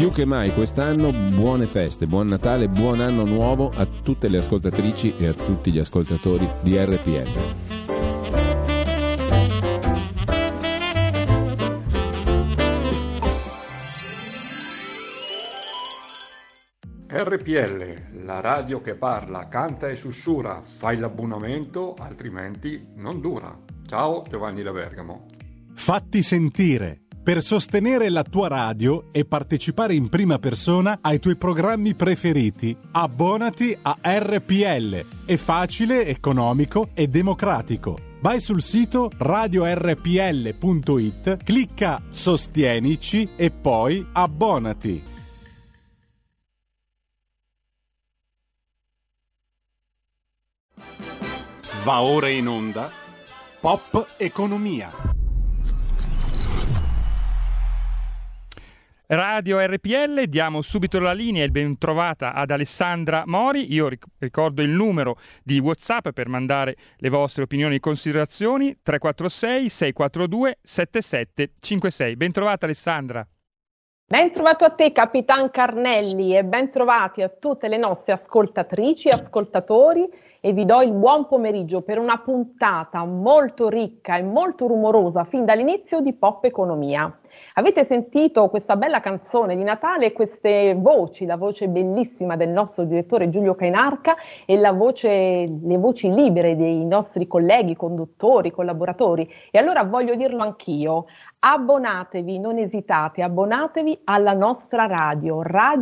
Più che mai quest'anno buone feste, buon Natale, buon anno nuovo a tutte le ascoltatrici e a tutti gli ascoltatori di RPL. RPL, la radio che parla, canta e sussurra. Fai l'abbonamento, altrimenti non dura. Ciao, Giovanni da Bergamo. Fatti sentire. Per sostenere la tua radio e partecipare in prima persona ai tuoi programmi preferiti, abbonati a RPL. È facile, economico e democratico. Vai sul sito radiorpl.it, clicca Sostienici e poi abbonati. Va ora in onda Pop Economia. Radio RPL, diamo subito la linea e il ben trovata ad Alessandra Mori. Io ricordo il numero di WhatsApp per mandare le vostre opinioni e considerazioni: 346 642 7756. Ben trovata Alessandra. Ben trovato a te Capitan Carnelli e ben trovati a tutte le nostre ascoltatrici e ascoltatori, e vi do il buon pomeriggio per una puntata molto ricca e molto rumorosa fin dall'inizio di Pop Economia. Avete sentito questa bella canzone di Natale e queste voci, la voce bellissima del nostro direttore Giulio Cainarca e le voci libere dei nostri colleghi, conduttori, collaboratori. E allora voglio dirlo anch'io, abbonatevi, non esitate, abbonatevi alla nostra radio,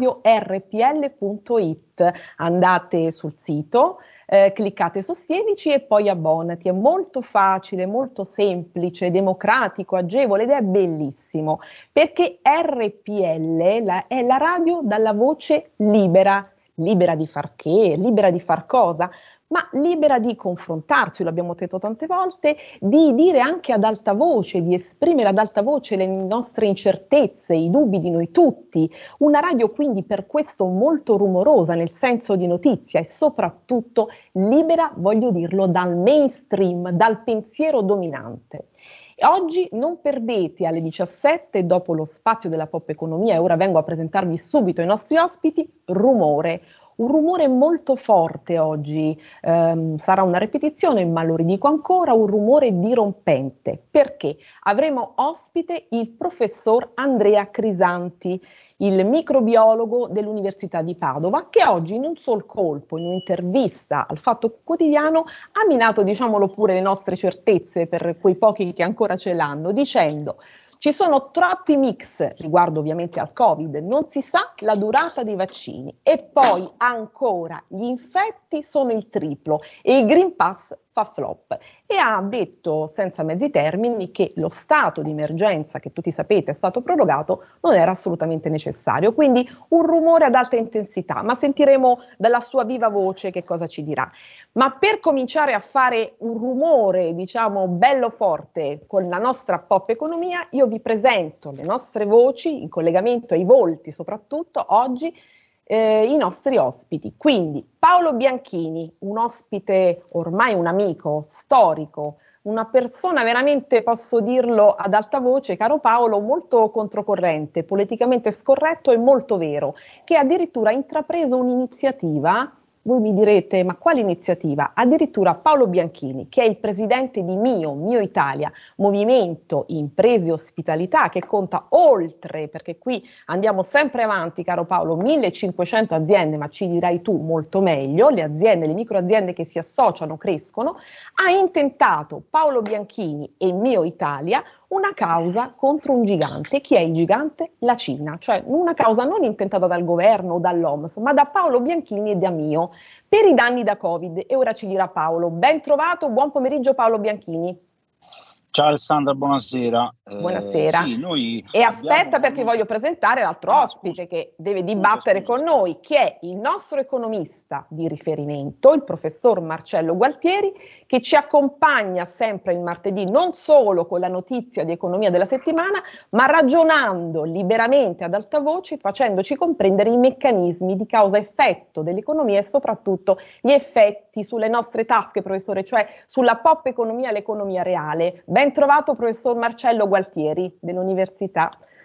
radiorpl.it, andate sul sito, cliccate Sostienici e poi abbonati. È molto facile, molto semplice, democratico, agevole ed è bellissimo, perché RPL è la radio dalla voce libera, libera di far che, libera di far cosa, ma libera di confrontarsi, l'abbiamo detto tante volte, di dire anche ad alta voce, di esprimere ad alta voce le nostre incertezze, i dubbi di noi tutti. Una radio quindi per questo molto rumorosa nel senso di notizia e soprattutto libera, voglio dirlo, dal mainstream, dal pensiero dominante. E oggi non perdete alle 17, dopo lo spazio della Pop Economia, e ora vengo a presentarvi subito i nostri ospiti, Rumore. Un rumore molto forte oggi, sarà una ripetizione ma lo ridico ancora, un rumore dirompente, perché avremo ospite il professor Andrea Crisanti, il microbiologo dell'Università di Padova, che oggi in un sol colpo, in un'intervista al Fatto Quotidiano, ha minato, diciamolo pure, le nostre certezze per quei pochi che ancora ce l'hanno, dicendo: ci sono troppi mix riguardo ovviamente al Covid, non si sa la durata dei vaccini e poi ancora gli infetti sono il triplo e il Green Pass fa flop. E ha detto senza mezzi termini che lo stato di emergenza, che tutti sapete è stato prorogato, non era assolutamente necessario. Quindi un rumore ad alta intensità, ma sentiremo dalla sua viva voce che cosa ci dirà. Ma per cominciare a fare un rumore, diciamo, bello forte con la nostra Pop Economia, io vi presento le nostre voci in collegamento ai volti, soprattutto oggi, i nostri ospiti. Quindi Paolo Bianchini, un ospite, ormai un amico storico, una persona veramente, posso dirlo ad alta voce, caro Paolo, molto controcorrente, politicamente scorretto e molto vero, che addirittura ha intrapreso un'iniziativa. Voi mi direte, ma quale iniziativa? Addirittura Paolo Bianchini, che è il presidente di Mio Italia, Movimento Imprese e Ospitalità, che conta oltre, perché qui andiamo sempre avanti, caro Paolo, 1500 aziende, ma ci dirai tu molto meglio, le aziende, le microaziende che si associano, crescono, ha intentato Paolo Bianchini e Mio Italia una causa contro un gigante. Chi è il gigante? La Cina, cioè una causa non intentata dal governo o dall'OMS, ma da Paolo Bianchini e da Mio, per i danni da Covid. E ora ci dirà Paolo. Ben trovato, buon pomeriggio Paolo Bianchini. Ciao Alessandra, buonasera. Buonasera. Sì, noi e aspetta, perché voglio presentare l'altro ospite che deve dibattere con noi, che è il nostro economista di riferimento, il professor Marcello Gualtieri, che ci accompagna sempre il martedì non solo con la notizia di economia della settimana, ma ragionando liberamente ad alta voce, facendoci comprendere i meccanismi di causa-effetto dell'economia e soprattutto gli effetti sulle nostre tasche, professore, cioè sulla pop economia e l'economia reale. Ben trovato professor Marcello Gualtieri dell'Università.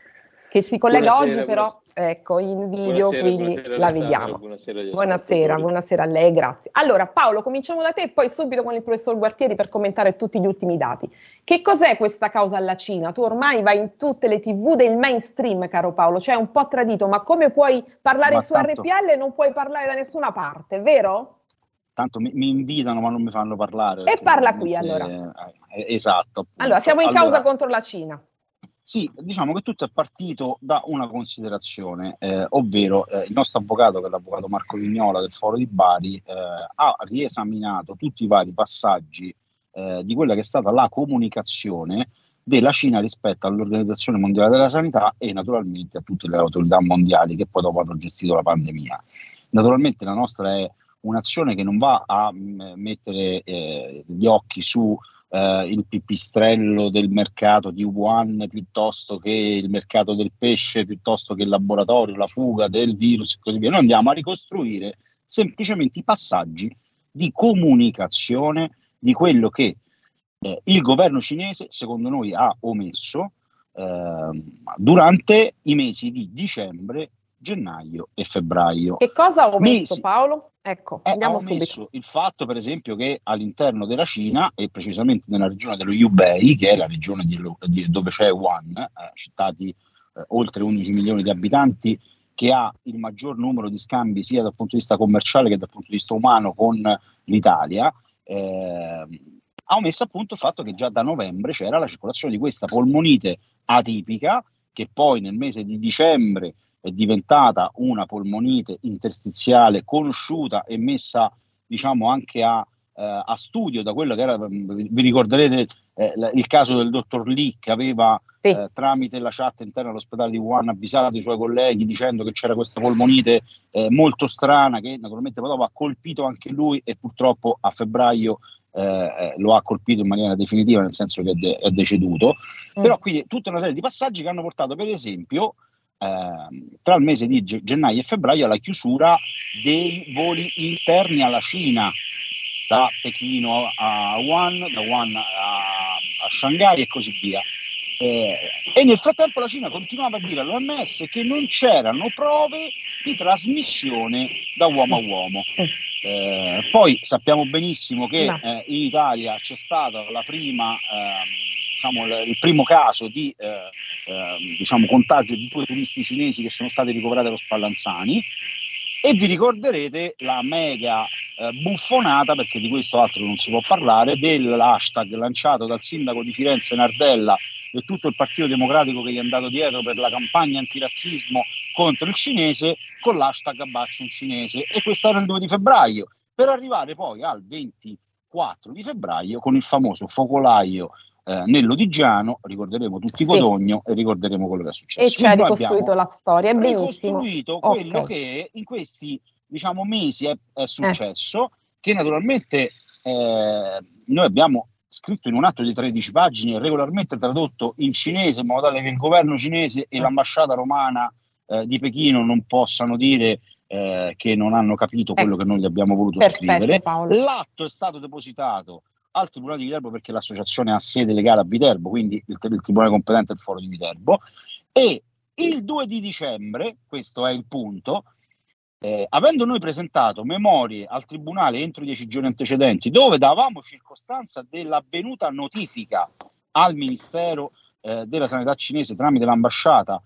che si collega Buonasera, oggi però, ecco, in video, quindi la vediamo. Buonasera a lei, grazie. Allora Paolo, cominciamo da te e poi subito con il professor Gualtieri per commentare tutti gli ultimi dati. Che cos'è questa causa alla Cina? Tu ormai vai in tutte le TV del mainstream, caro Paolo, cioè un po' tradito, ma come puoi parlare su RPL e non puoi parlare da nessuna parte, vero? Tanto mi invitano ma non mi fanno parlare. E parla qui allora. Esatto. Appunto. Allora, siamo in causa contro la Cina. Sì, diciamo che tutto è partito da una considerazione, ovvero il nostro avvocato, che è l'avvocato Marco Vignola del Foro di Bari, ha riesaminato tutti i vari passaggi di quella che è stata la comunicazione della Cina rispetto all'Organizzazione Mondiale della Sanità e naturalmente a tutte le autorità mondiali che poi dopo hanno gestito la pandemia. Naturalmente la nostra è un'azione che non va a mettere gli occhi su il pipistrello del mercato di Wuhan piuttosto che il mercato del pesce, piuttosto che il laboratorio, la fuga del virus e così via. Noi andiamo a ricostruire semplicemente i passaggi di comunicazione di quello che il governo cinese, secondo noi, ha omesso durante i mesi di dicembre, gennaio e febbraio. Che cosa ha omesso, Paolo? Ecco, andiamo ha omesso subito. Il fatto, per esempio, che all'interno della Cina, e precisamente nella regione dello Hubei, che è la regione dove c'è Wuhan, città di oltre 11 milioni di abitanti, che ha il maggior numero di scambi sia dal punto di vista commerciale che dal punto di vista umano con l'Italia, ha omesso appunto il fatto che già da novembre c'era la circolazione di questa polmonite atipica, che poi nel mese di dicembre è diventata una polmonite interstiziale conosciuta e messa, diciamo, anche a studio da quello che era, vi ricorderete il caso del dottor Li, che aveva tramite la chat interna all'ospedale di Wuhan avvisato i suoi colleghi dicendo che c'era questa polmonite molto strana, che naturalmente poi dopo ha colpito anche lui e purtroppo a febbraio lo ha colpito in maniera definitiva, nel senso che è deceduto. Però quindi tutta una serie di passaggi che hanno portato, per esempio, tra il mese di gennaio e febbraio alla chiusura dei voli interni alla Cina, da Pechino a Wuhan, da Wuhan a Shanghai e così via. E nel frattempo la Cina continuava a dire all'OMS che non c'erano prove di trasmissione da uomo a uomo. Poi sappiamo benissimo che in Italia c'è stato la prima il primo caso di contagio di 2 turisti cinesi che sono stati ricoverati allo Spallanzani, e vi ricorderete la mega buffonata, perché di questo altro non si può parlare, dell'hashtag lanciato dal sindaco di Firenze Nardella e tutto il Partito Democratico che gli è andato dietro per la campagna antirazzismo contro il cinese, con l'hashtag Abbaccio un cinese, e questo era il 2 di febbraio, per arrivare poi al 24 di febbraio con il famoso focolaio nell'Odigiano, ricorderemo tutti Codogno e ricorderemo quello che è successo. E ci ha ricostruito la storia, è benissimo. Ricostruito quello che in questi mesi è successo, che naturalmente noi abbiamo scritto in un atto di 13 pagine, regolarmente tradotto in cinese, in modo tale che il governo cinese e l'ambasciata romana di Pechino non possano dire che non hanno capito quello che noi gli abbiamo voluto scrivere. Paolo. L'atto è stato depositato al Tribunale di Viterbo, perché l'associazione ha sede legale a Viterbo, quindi il tribunale competente è il Foro di Viterbo, e il 2 di dicembre, questo è il punto, avendo noi presentato memorie al Tribunale entro 10 giorni antecedenti, dove davamo circostanza dell'avvenuta notifica al Ministero della Sanità cinese tramite l'ambasciata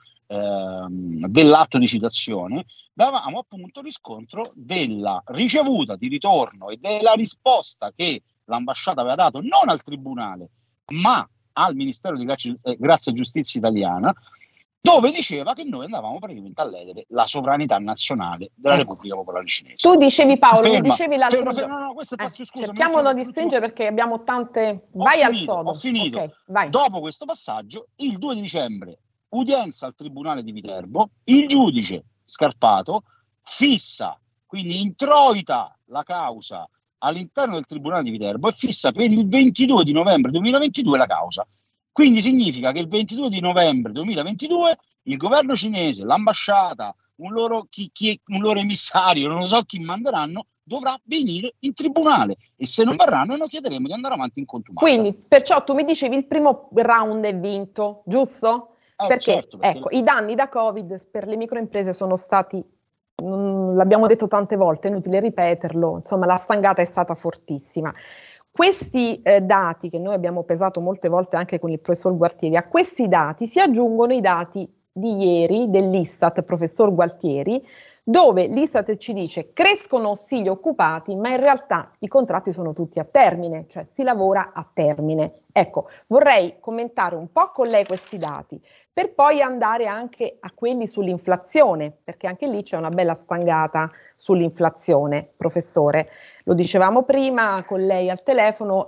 dell'atto di citazione, davamo appunto riscontro della ricevuta di ritorno e della risposta che l'ambasciata aveva dato non al Tribunale ma al Ministero di Grazia e Giustizia italiana, dove diceva che noi andavamo praticamente a ledere la sovranità nazionale della Repubblica Popolare Cinese. Tu dicevi, Paolo, mi dicevi l'altro giorno. No, questo è scusa, cerchiamo di stringere perché abbiamo tante. Vai al sodo. Ho finito. Okay, vai. Dopo questo passaggio, il 2 di dicembre, udienza al Tribunale di Viterbo, il giudice Scarpato fissa, quindi introita la causa all'interno del Tribunale di Viterbo e fissa per il 22 di novembre 2022 la causa. Quindi significa che il 22 di novembre 2022 il governo cinese, l'ambasciata, un loro emissario, non lo so chi manderanno, dovrà venire in tribunale, e se non verranno noi chiederemo di andare avanti in contumacia. Quindi, perciò tu mi dicevi il primo round è vinto, giusto? Perché, certo, perché ecco, i danni da Covid per le microimprese sono stati, l'abbiamo detto tante volte, è inutile ripeterlo, insomma la stangata è stata fortissima. Questi dati che noi abbiamo pesato molte volte anche con il professor Gualtieri, a questi dati si aggiungono i dati di ieri dell'Istat, professor Gualtieri, dove l'Istat ci dice crescono sì gli occupati, ma in realtà i contratti sono tutti a termine, cioè si lavora a termine. Ecco, vorrei commentare un po' con lei questi dati, per poi andare anche a quelli sull'inflazione, perché anche lì c'è una bella stangata sull'inflazione, professore. Lo dicevamo prima con lei al telefono,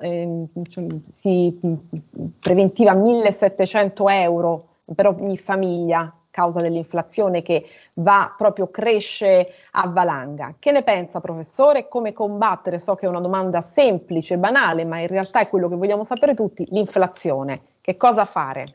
si preventiva 1.700 euro per ogni famiglia causa dell'inflazione che cresce a valanga. Che ne pensa, professore? Come combattere? So che è una domanda semplice, banale, ma in realtà è quello che vogliamo sapere tutti, l'inflazione. Che cosa fare?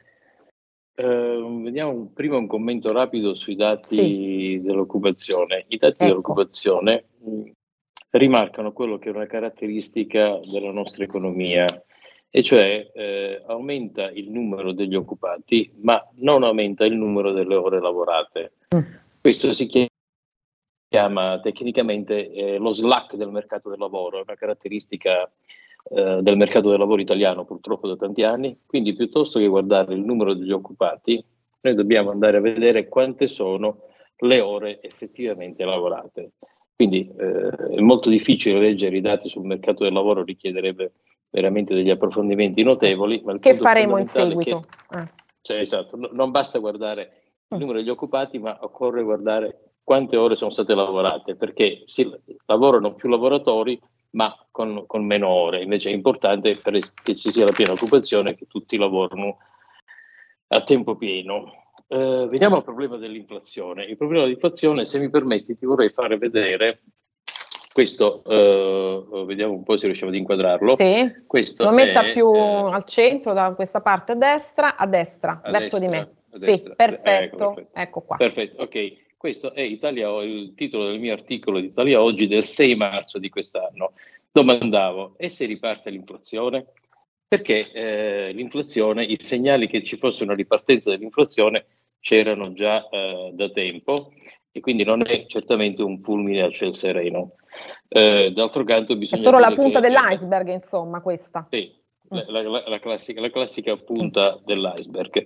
Vediamo prima un commento rapido sui dati dell'occupazione. I dati dell'occupazione rimarcano quello che è una caratteristica della nostra economia, e cioè aumenta il numero degli occupati, ma non aumenta il numero delle ore lavorate. Questo si chiama tecnicamente lo slack del mercato del lavoro, è una caratteristica del mercato del lavoro italiano purtroppo da tanti anni. Quindi piuttosto che guardare il numero degli occupati, noi dobbiamo andare a vedere quante sono le ore effettivamente lavorate. Quindi è molto difficile leggere i dati sul mercato del lavoro, richiederebbe veramente degli approfondimenti notevoli. Ma il che punto faremo in seguito. Esatto, non basta guardare il numero degli occupati, ma occorre guardare quante ore sono state lavorate, perché si lavorano più lavoratori ma con meno ore. Invece è importante che ci sia la piena occupazione, che tutti lavorano a tempo pieno. Veniamo al problema dell'inflazione. Il problema dell'inflazione, se mi permetti, ti vorrei fare vedere questo, vediamo un po' se riusciamo ad inquadrarlo. Sì, questo lo metta più al centro, da questa parte a destra, verso di me. Sì, perfetto. Ecco qua. Perfetto, ok. Questo è il titolo del mio articolo di Italia Oggi del 6 marzo di quest'anno. Domandavo, e se riparte l'inflazione? Perché l'inflazione, i segnali che ci fosse una ripartenza dell'inflazione c'erano già da tempo, e quindi non è certamente un fulmine a ciel sereno. D'altro canto bisogna... È solo la punta dell'iceberg, insomma, questa. Sì, la classica punta dell'iceberg.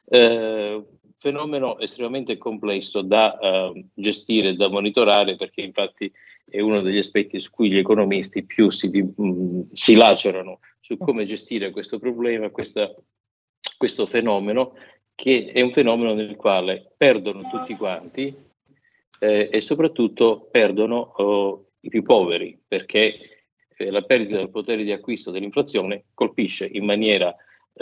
Fenomeno estremamente complesso da gestire, da monitorare, perché infatti è uno degli aspetti su cui gli economisti più si lacerano, su come gestire questo problema, questo fenomeno, che è un fenomeno nel quale perdono tutti quanti e soprattutto perdono i più poveri, perché la perdita del potere di acquisto dell'inflazione colpisce in maniera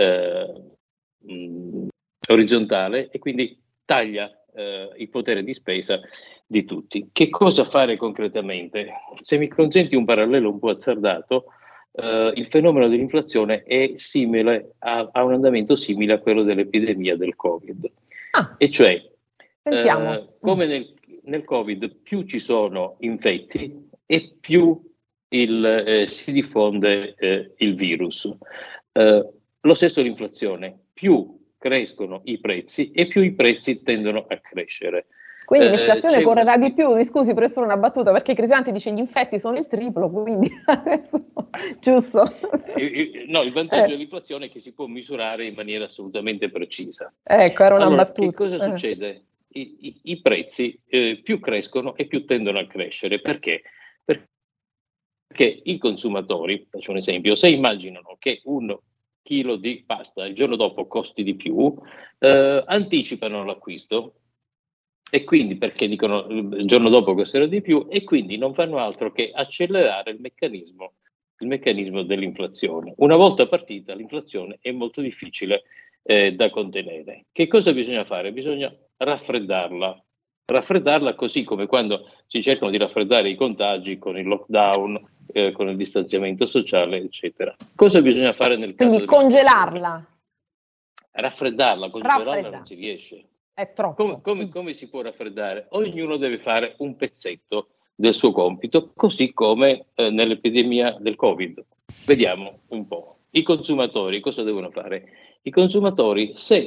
orizzontale e quindi taglia il potere di spesa di tutti. Che cosa fare concretamente? Se mi consenti un parallelo un po' azzardato, il fenomeno dell'inflazione è simile ha un andamento simile a quello dell'epidemia del Covid. E cioè, come nel Covid, più ci sono infetti e più si diffonde il virus. Lo stesso l'inflazione, più crescono i prezzi e più i prezzi tendono a crescere. Quindi l'inflazione correrà di più. Mi scusi, professore, una battuta, perché Crisanti dice gli infetti sono il triplo, quindi adesso, giusto? No, il vantaggio dell'inflazione è che si può misurare in maniera assolutamente precisa. Ecco, era una battuta. Che cosa succede? I prezzi più crescono e più tendono a crescere. Perché? Perché i consumatori, faccio un esempio, se immaginano che un chilo di pasta il giorno dopo costi di più, anticipano l'acquisto, e quindi perché dicono il giorno dopo costerà di più, e quindi non fanno altro che accelerare il meccanismo dell'inflazione. Una volta partita l'inflazione è molto difficile da contenere. Che cosa bisogna fare? Bisogna raffreddarla, così come quando si cercano di raffreddare i contagi con il lockdown, con il distanziamento sociale, eccetera. Cosa bisogna fare nel caso? Quindi congelarla. Congelarla non si riesce. È troppo. Come si può raffreddare? Ognuno deve fare un pezzetto del suo compito, così come nell'epidemia del Covid. Vediamo un po'. I consumatori cosa devono fare? I consumatori, se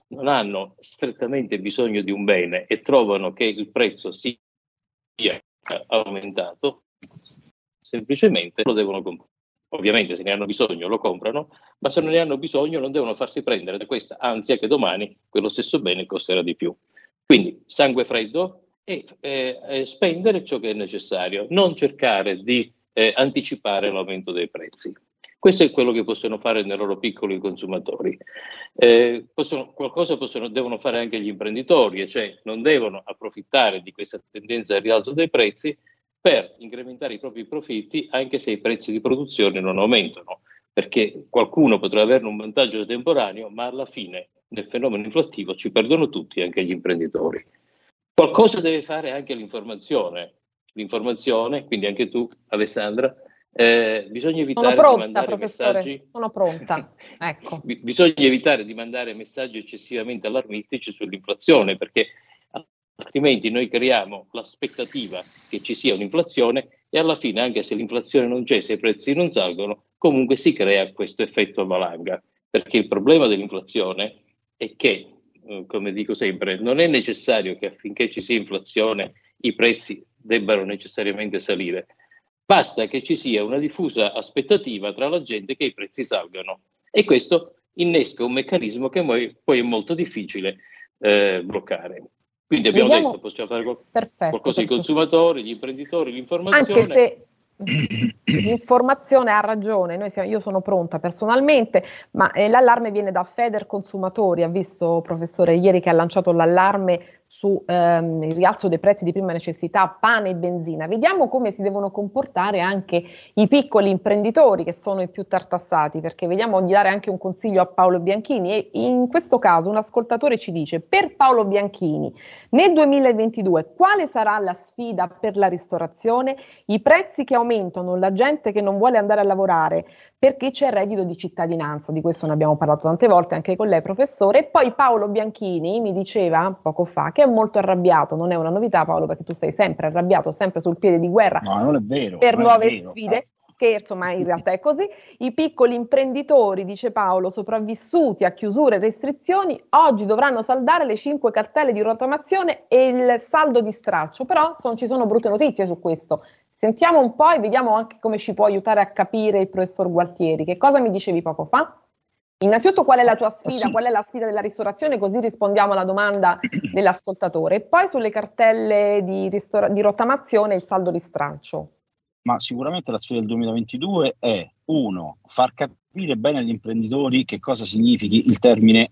non hanno strettamente bisogno di un bene e trovano che il prezzo sia aumentato, semplicemente lo devono comprare. Ovviamente se ne hanno bisogno lo comprano, ma se non ne hanno bisogno non devono farsi prendere da questa ansia che domani quello stesso bene costerà di più. Quindi sangue freddo e spendere ciò che è necessario, non cercare di anticipare l'aumento dei prezzi. Questo è quello che possono fare nei loro piccoli consumatori. Devono fare anche gli imprenditori, cioè non devono approfittare di questa tendenza al rialzo dei prezzi per incrementare i propri profitti anche se i prezzi di produzione non aumentano, perché qualcuno potrà averne un vantaggio temporaneo, ma alla fine nel fenomeno inflattivo ci perdono tutti, anche gli imprenditori. Qualcosa deve fare anche l'informazione, quindi anche tu, Alessandra, bisogna evitare di mandare messaggi. Sono pronta, ecco. Bisogna evitare di mandare messaggi eccessivamente allarmistici sull'inflazione, perché altrimenti noi creiamo l'aspettativa che ci sia un'inflazione e alla fine, anche se l'inflazione non c'è, se i prezzi non salgono, comunque si crea questo effetto a valanga, perché il problema dell'inflazione è che, come dico sempre, non è necessario che affinché ci sia inflazione i prezzi debbano necessariamente salire. Basta che ci sia una diffusa aspettativa tra la gente che i prezzi salgano e questo innesca un meccanismo che poi è molto difficile bloccare. Quindi abbiamo detto, possiamo fare qualcosa ai consumatori, gli imprenditori, l'informazione. Anche se l'informazione ha ragione, io sono pronta personalmente, ma l'allarme viene da Feder Consumatori, ha visto, professore, ieri che ha lanciato l'allarme su il rialzo dei prezzi di prima necessità, pane e benzina. Vediamo come si devono comportare anche i piccoli imprenditori che sono i più tartassati, perché vediamo di dare anche un consiglio a Paolo Bianchini e in questo caso un ascoltatore ci dice: per Paolo Bianchini nel 2022 quale sarà la sfida per la ristorazione? I prezzi che aumentano, la gente che non vuole andare a lavorare perché c'è il reddito di cittadinanza, di questo ne abbiamo parlato tante volte anche con lei, professore. E poi Paolo Bianchini mi diceva poco fa che è molto arrabbiato, non è una novità Paolo perché tu sei sempre arrabbiato, sempre sul piede di guerra non è vero, per nuove sfide, scherzo ma in realtà è così, i piccoli imprenditori, dice Paolo, sopravvissuti a chiusure e restrizioni, oggi dovranno saldare le 5 cartelle di rottamazione e il saldo di stralcio, però ci sono brutte notizie su questo. Sentiamo un po' e vediamo anche come ci può aiutare a capire il professor Gualtieri. Che cosa mi dicevi poco fa? Innanzitutto qual è la tua sfida, sì. Qual è la sfida della ristorazione, così rispondiamo alla domanda dell'ascoltatore. E poi sulle cartelle di rottamazione e il saldo di stralcio. Ma sicuramente la sfida del 2022 è, uno, far capire bene agli imprenditori che cosa significhi il termine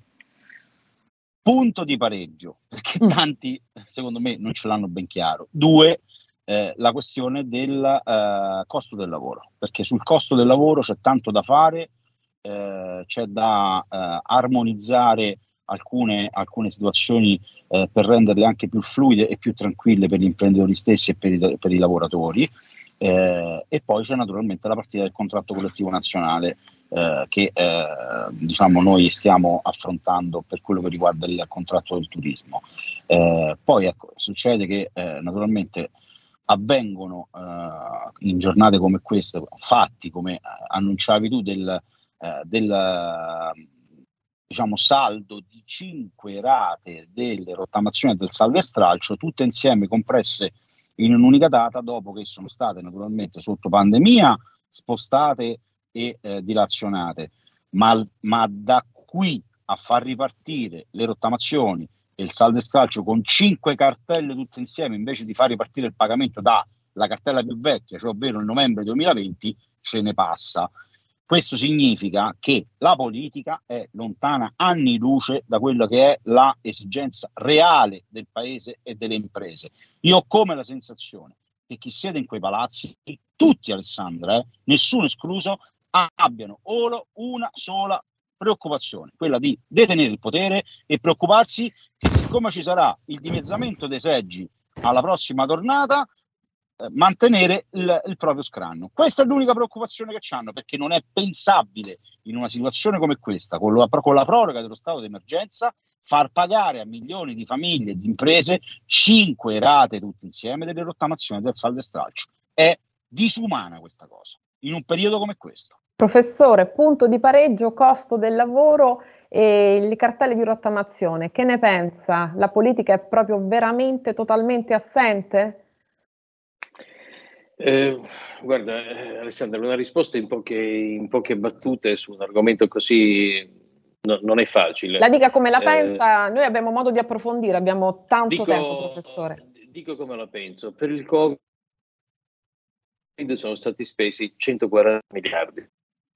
punto di pareggio, perché tanti, secondo me, non ce l'hanno ben chiaro. Due, la questione del costo del lavoro, perché sul costo del lavoro c'è tanto da fare, c'è da armonizzare alcune situazioni per renderle anche più fluide e più tranquille per gli imprenditori stessi e per i lavoratori, e poi c'è naturalmente la partita del contratto collettivo nazionale che diciamo noi stiamo affrontando per quello che riguarda il contratto del turismo. Poi ecco, succede che naturalmente avvengono in giornate come queste fatti, come annunciavi tu, del diciamo saldo di 5 rate delle rottamazioni del saldo e stralcio, tutte insieme compresse in un'unica data, dopo che sono state naturalmente sotto pandemia spostate e dilazionate, ma da qui a far ripartire le rottamazioni e il saldo e stralcio con 5 cartelle tutte insieme, invece di far ripartire il pagamento dalla cartella più vecchia, cioè ovvero il novembre 2020, ce ne passa. Questo significa che la politica è lontana anni luce da quello che è la esigenza reale del paese e delle imprese. Io ho come la sensazione che chi siede in quei palazzi, tutti, Alessandra, nessuno escluso, abbiano una sola preoccupazione, quella di detenere il potere e preoccuparsi che, siccome ci sarà il dimezzamento dei seggi alla prossima tornata, mantenere il proprio scranno. Questa è l'unica preoccupazione che hanno, perché non è pensabile in una situazione come questa, con la proroga dello stato d'emergenza, far pagare a milioni di famiglie e di imprese 5 rate tutte insieme delle rottamazioni del saldo e stralcio. È disumana questa cosa in un periodo come questo. Professore, punto di pareggio, costo del lavoro e le cartelle di rottamazione. Che ne pensa? La politica è proprio veramente totalmente assente? Guarda, Alessandra, una risposta in poche battute su un argomento così non è facile. La dica come la pensa, noi abbiamo modo di approfondire, abbiamo tanto tempo, professore. Dico come la penso. Per il Covid sono stati spesi 140 miliardi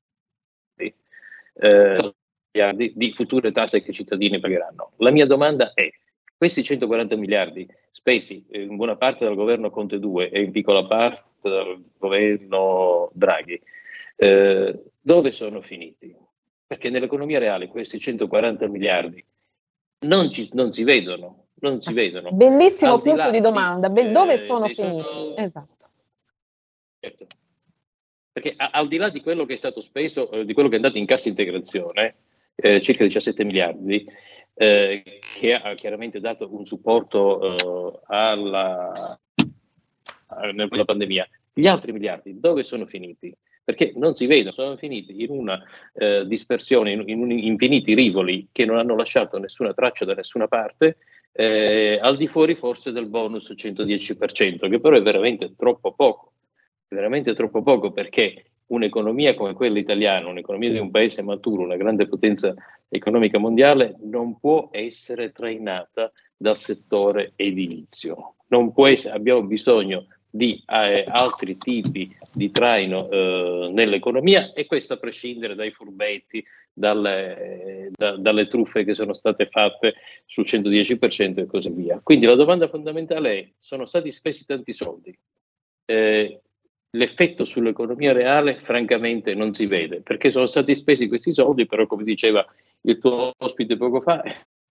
di future tasse che i cittadini pagheranno. La mia domanda è: questi 140 miliardi spesi in buona parte dal governo Conte 2 e in piccola parte dal governo Draghi, dove sono finiti? Perché nell'economia reale questi 140 miliardi non si vedono. Bellissimo punto di domanda. Dove sono finiti? Esatto. Certo. Perché al di là di quello che è stato speso, di quello che è andato in cassa integrazione, circa 17 miliardi, che ha chiaramente dato un supporto nella pandemia, gli altri miliardi dove sono finiti? Perché non si vedono, sono finiti in una dispersione, in infiniti rivoli che non hanno lasciato nessuna traccia da nessuna parte, al di fuori forse del bonus 110%, che però è veramente troppo poco, perché un'economia come quella italiana, un'economia di un paese maturo, una grande potenza economica mondiale, non può essere trainata dal settore edilizio. Non può essere, abbiamo bisogno di altri tipi di traino nell'economia, e questo a prescindere dai furbetti, dalle truffe che sono state fatte sul 110% e così via. Quindi la domanda fondamentale è: sono stati spesi tanti soldi? L'effetto sull'economia reale francamente non si vede, perché sono stati spesi questi soldi, però come diceva il tuo ospite poco fa,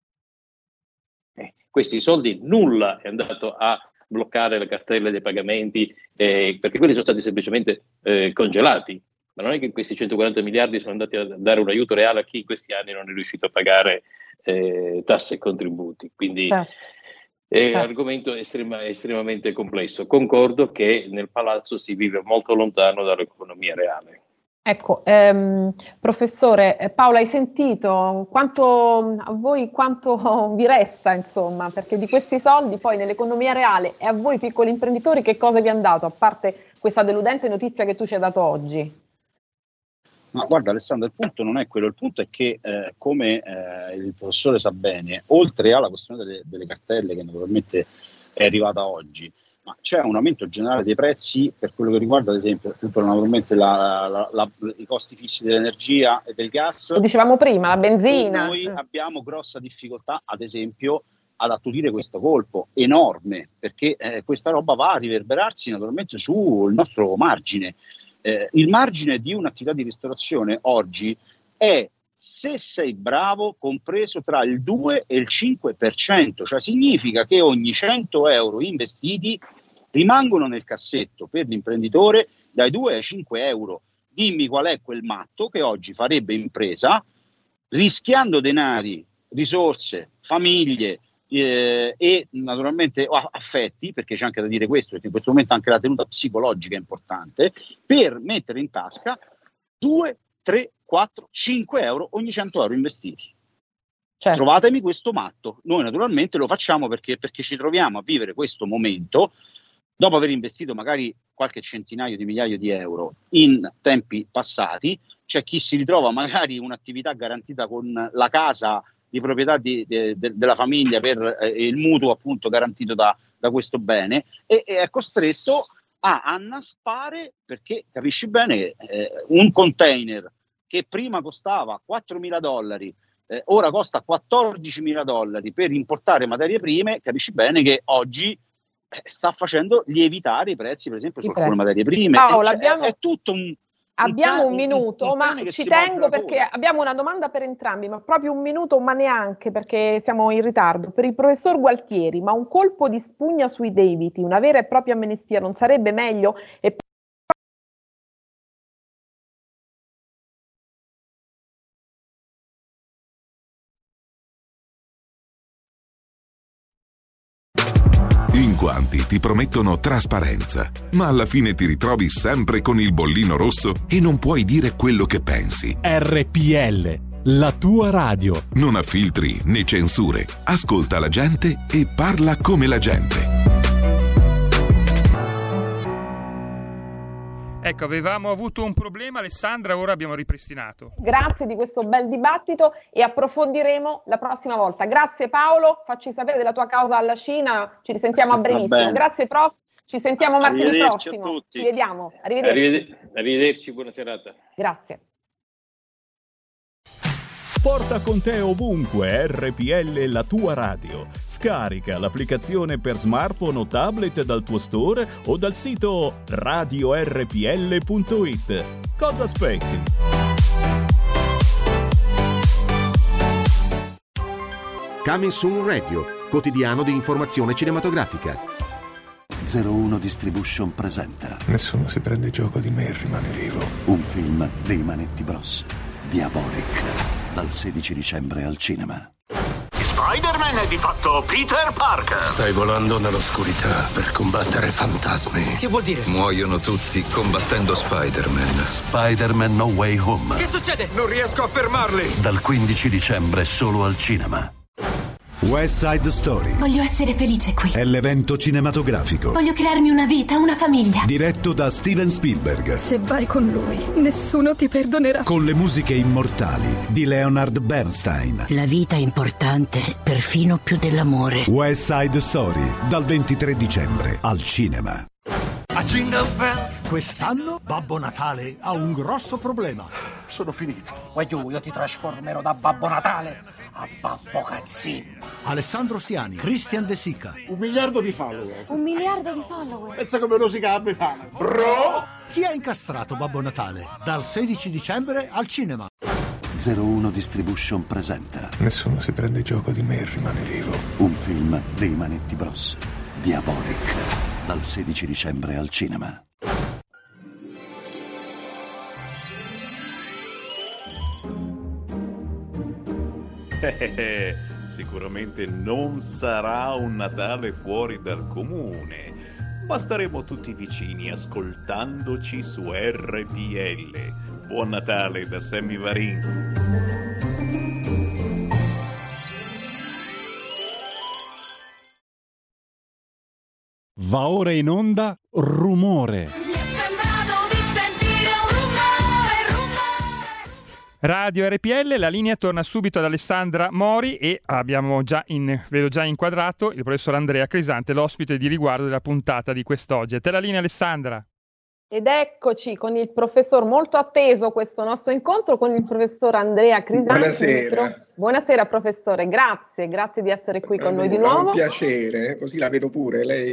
questi soldi nulla è andato a bloccare le cartelle dei pagamenti, perché quelli sono stati semplicemente congelati, ma non è che questi 140 miliardi sono andati a dare un aiuto reale a chi in questi anni non è riuscito a pagare tasse e contributi. Quindi è un argomento estremamente complesso. Concordo che nel palazzo si vive molto lontano dall'economia reale. Ecco, professore, Paola, hai sentito a voi quanto vi resta, insomma, perché di questi soldi poi nell'economia reale e a voi piccoli imprenditori che cosa vi è andato, a parte questa deludente notizia che tu ci hai dato oggi? Ma guarda Alessandra, il punto non è quello, il punto è che come il professore sa bene, oltre alla questione delle cartelle che naturalmente è arrivata oggi, ma c'è un aumento generale dei prezzi per quello che riguarda ad esempio tutto naturalmente i costi fissi dell'energia e del gas. Lo dicevamo prima, la benzina. Noi abbiamo grossa difficoltà ad esempio ad attutire questo colpo enorme, perché questa roba va a riverberarsi naturalmente sul nostro margine. Il margine di un'attività di ristorazione oggi è, se sei bravo, compreso tra il 2 e il 5%, cioè significa che ogni 100 euro investiti rimangono nel cassetto per l'imprenditore dai 2 ai 5 euro. Dimmi qual è quel matto che oggi farebbe impresa rischiando denari, risorse, famiglie e naturalmente affetti, perché c'è anche da dire questo, perché in questo momento anche la tenuta psicologica è importante, per mettere in tasca 2, 3, 4, 5 euro ogni 100 euro investiti. Certo. Trovatemi questo matto. Noi naturalmente lo facciamo perché ci troviamo a vivere questo momento dopo aver investito magari qualche centinaio di migliaia di euro in tempi passati. C'è chi si ritrova magari un'attività garantita con la casa di proprietà della famiglia per il mutuo appunto garantito da questo bene e è costretto a annaspare, perché capisci bene che un container che prima costava $4.000 ora costa $14.000 per importare materie prime, capisci bene che oggi sta facendo lievitare i prezzi per esempio su alcune materie prime. Paola, è tutto abbiamo un minuto, ma ci tengo perché abbiamo una domanda per entrambi, ma proprio un minuto, ma neanche perché siamo in ritardo. Per il professor Gualtieri, ma un colpo di spugna sui debiti, una vera e propria amnistia non sarebbe meglio? In quanti ti promettono trasparenza, ma alla fine ti ritrovi sempre con il bollino rosso e non puoi dire quello che pensi. RPL, la tua radio. Non ha filtri né censure. Ascolta la gente e parla come la gente. Ecco, avevamo avuto un problema, Alessandra, ora abbiamo ripristinato. Grazie di questo bel dibattito e approfondiremo la prossima volta. Grazie Paolo, facci sapere della tua causa alla Cina, ci risentiamo a brevissimo. Grazie prof, ci sentiamo martedì prossimo. Ci vediamo, arrivederci. Arrivederci, buona serata. Grazie. Porta con te ovunque RPL la tua radio. Scarica l'applicazione per smartphone o tablet dal tuo store o dal sito radiorpl.it. Cosa aspetti? Coming Soon Radio, quotidiano di informazione cinematografica. 01 Distribution presenta. Nessuno si prende gioco di me e rimane vivo. Un film dei Manetti Bros. Diabolic. Dal 16 dicembre al cinema. Spider-Man è di fatto Peter Parker. Stai volando nell'oscurità per combattere fantasmi. Che vuol dire? Muoiono tutti combattendo Spider-Man. Spider-Man No Way Home. Che succede? Non riesco a fermarli. Dal 15 dicembre solo al cinema. West Side Story. Voglio essere felice qui. È l'evento cinematografico. Voglio crearmi una vita, una famiglia. Diretto da Steven Spielberg. Se vai con lui, nessuno ti perdonerà. Con le musiche immortali di Leonard Bernstein. La vita è importante, perfino più dell'amore. West Side Story, dal 23 dicembre al cinema. A Jingle Bells. Quest'anno Babbo Natale ha un grosso problema. Sono finito. Poi io ti trasformerò da Babbo Natale a Babbo Cazzino. Alessandro Siani, Christian De Sica. 1 miliardo di follower. 1 miliardo di follower. Pensa come rosica a Befana. Bro! Chi ha incastrato Babbo Natale? Dal 16 dicembre al cinema. 01 Distribution presenta. Nessuno si prende gioco di me e rimane vivo. Un film dei Manetti Bros. Diabolic. Dal 16 dicembre al cinema. Sicuramente non sarà un Natale fuori dal comune, ma staremo tutti vicini ascoltandoci su RPL. Buon Natale da Sammy Varin. Va ora in onda Rumore. Radio RPL, la linea torna subito ad Alessandra Mori e vedo già inquadrato il professor Andrea Crisante, l'ospite di riguardo della puntata di quest'oggi. A te la linea, Alessandra. Ed eccoci con il professor, molto atteso questo nostro incontro con il professor Andrea Crisante. Buonasera. Buonasera professore, grazie di essere qui con noi di nuovo. Un piacere, così la vedo pure, lei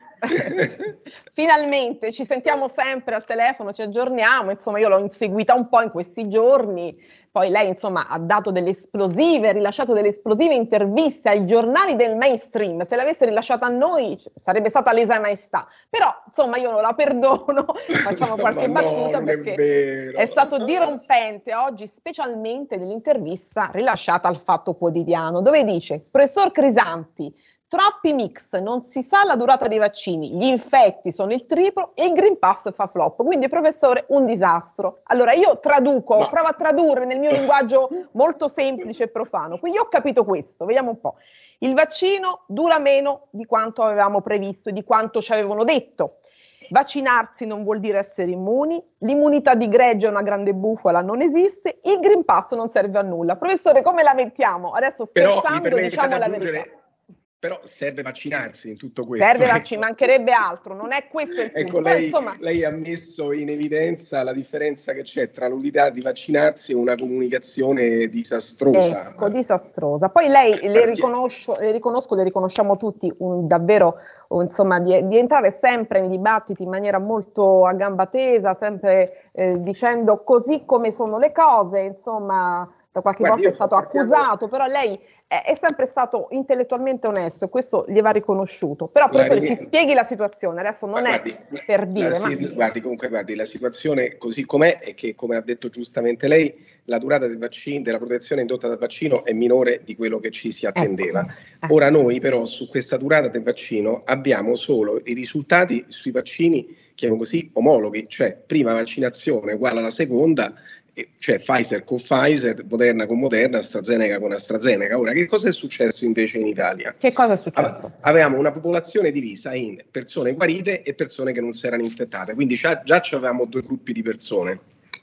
Finalmente, ci sentiamo sempre al telefono, ci aggiorniamo, insomma io l'ho inseguita un po' in questi giorni, poi lei insomma ha rilasciato delle esplosive interviste ai giornali del mainstream. Se l'avesse rilasciata a noi sarebbe stata lesa maestà, però insomma io non la perdono, facciamo qualche battuta perché è stato dirompente oggi, specialmente nell'intervista rilasciata al Fatto Quotidiano, dove dice: professor Crisanti, troppi mix, non si sa la durata dei vaccini, gli infetti sono il triplo e il Green Pass fa flop, quindi professore un disastro. Allora io provo a tradurre nel mio linguaggio molto semplice e profano, quindi ho capito questo, vediamo un po'. Il vaccino dura meno di quanto avevamo previsto, di quanto ci avevano detto. Vaccinarsi non vuol dire essere immuni, l'immunità di gregge è una grande bufala, non esiste, il Green Pass non serve a nulla. Professore, come la mettiamo? Adesso scherzando diciamo la verità. Però serve vaccinarsi in tutto questo. Mancherebbe altro, non è questo il punto. Ecco, lei ha messo in evidenza la differenza che c'è tra l'unità di vaccinarsi e una comunicazione disastrosa. Ecco, disastrosa. Poi lei, le riconosciamo tutti davvero, insomma, di entrare sempre nei dibattiti in maniera molto a gamba tesa, sempre dicendo così come sono le cose, insomma, da qualche volta è stato accusato, però lei è sempre stato intellettualmente onesto e questo gli va riconosciuto. Però professore, ci spieghi la situazione, adesso non è per dire. Guardi, la situazione così com'è è che, come ha detto giustamente lei, la durata del vaccino, della protezione indotta dal vaccino è minore di quello che ci si attendeva. Ora noi però su questa durata del vaccino abbiamo solo i risultati sui vaccini, chiamiamo così, omologhi, cioè prima vaccinazione uguale alla seconda, cioè Pfizer con Pfizer, Moderna con Moderna, AstraZeneca con AstraZeneca. Ora, che cosa è successo invece in Italia? Che cosa è successo? Avevamo una popolazione divisa in persone guarite e persone che non si erano infettate, quindi già avevamo 2 gruppi di persone.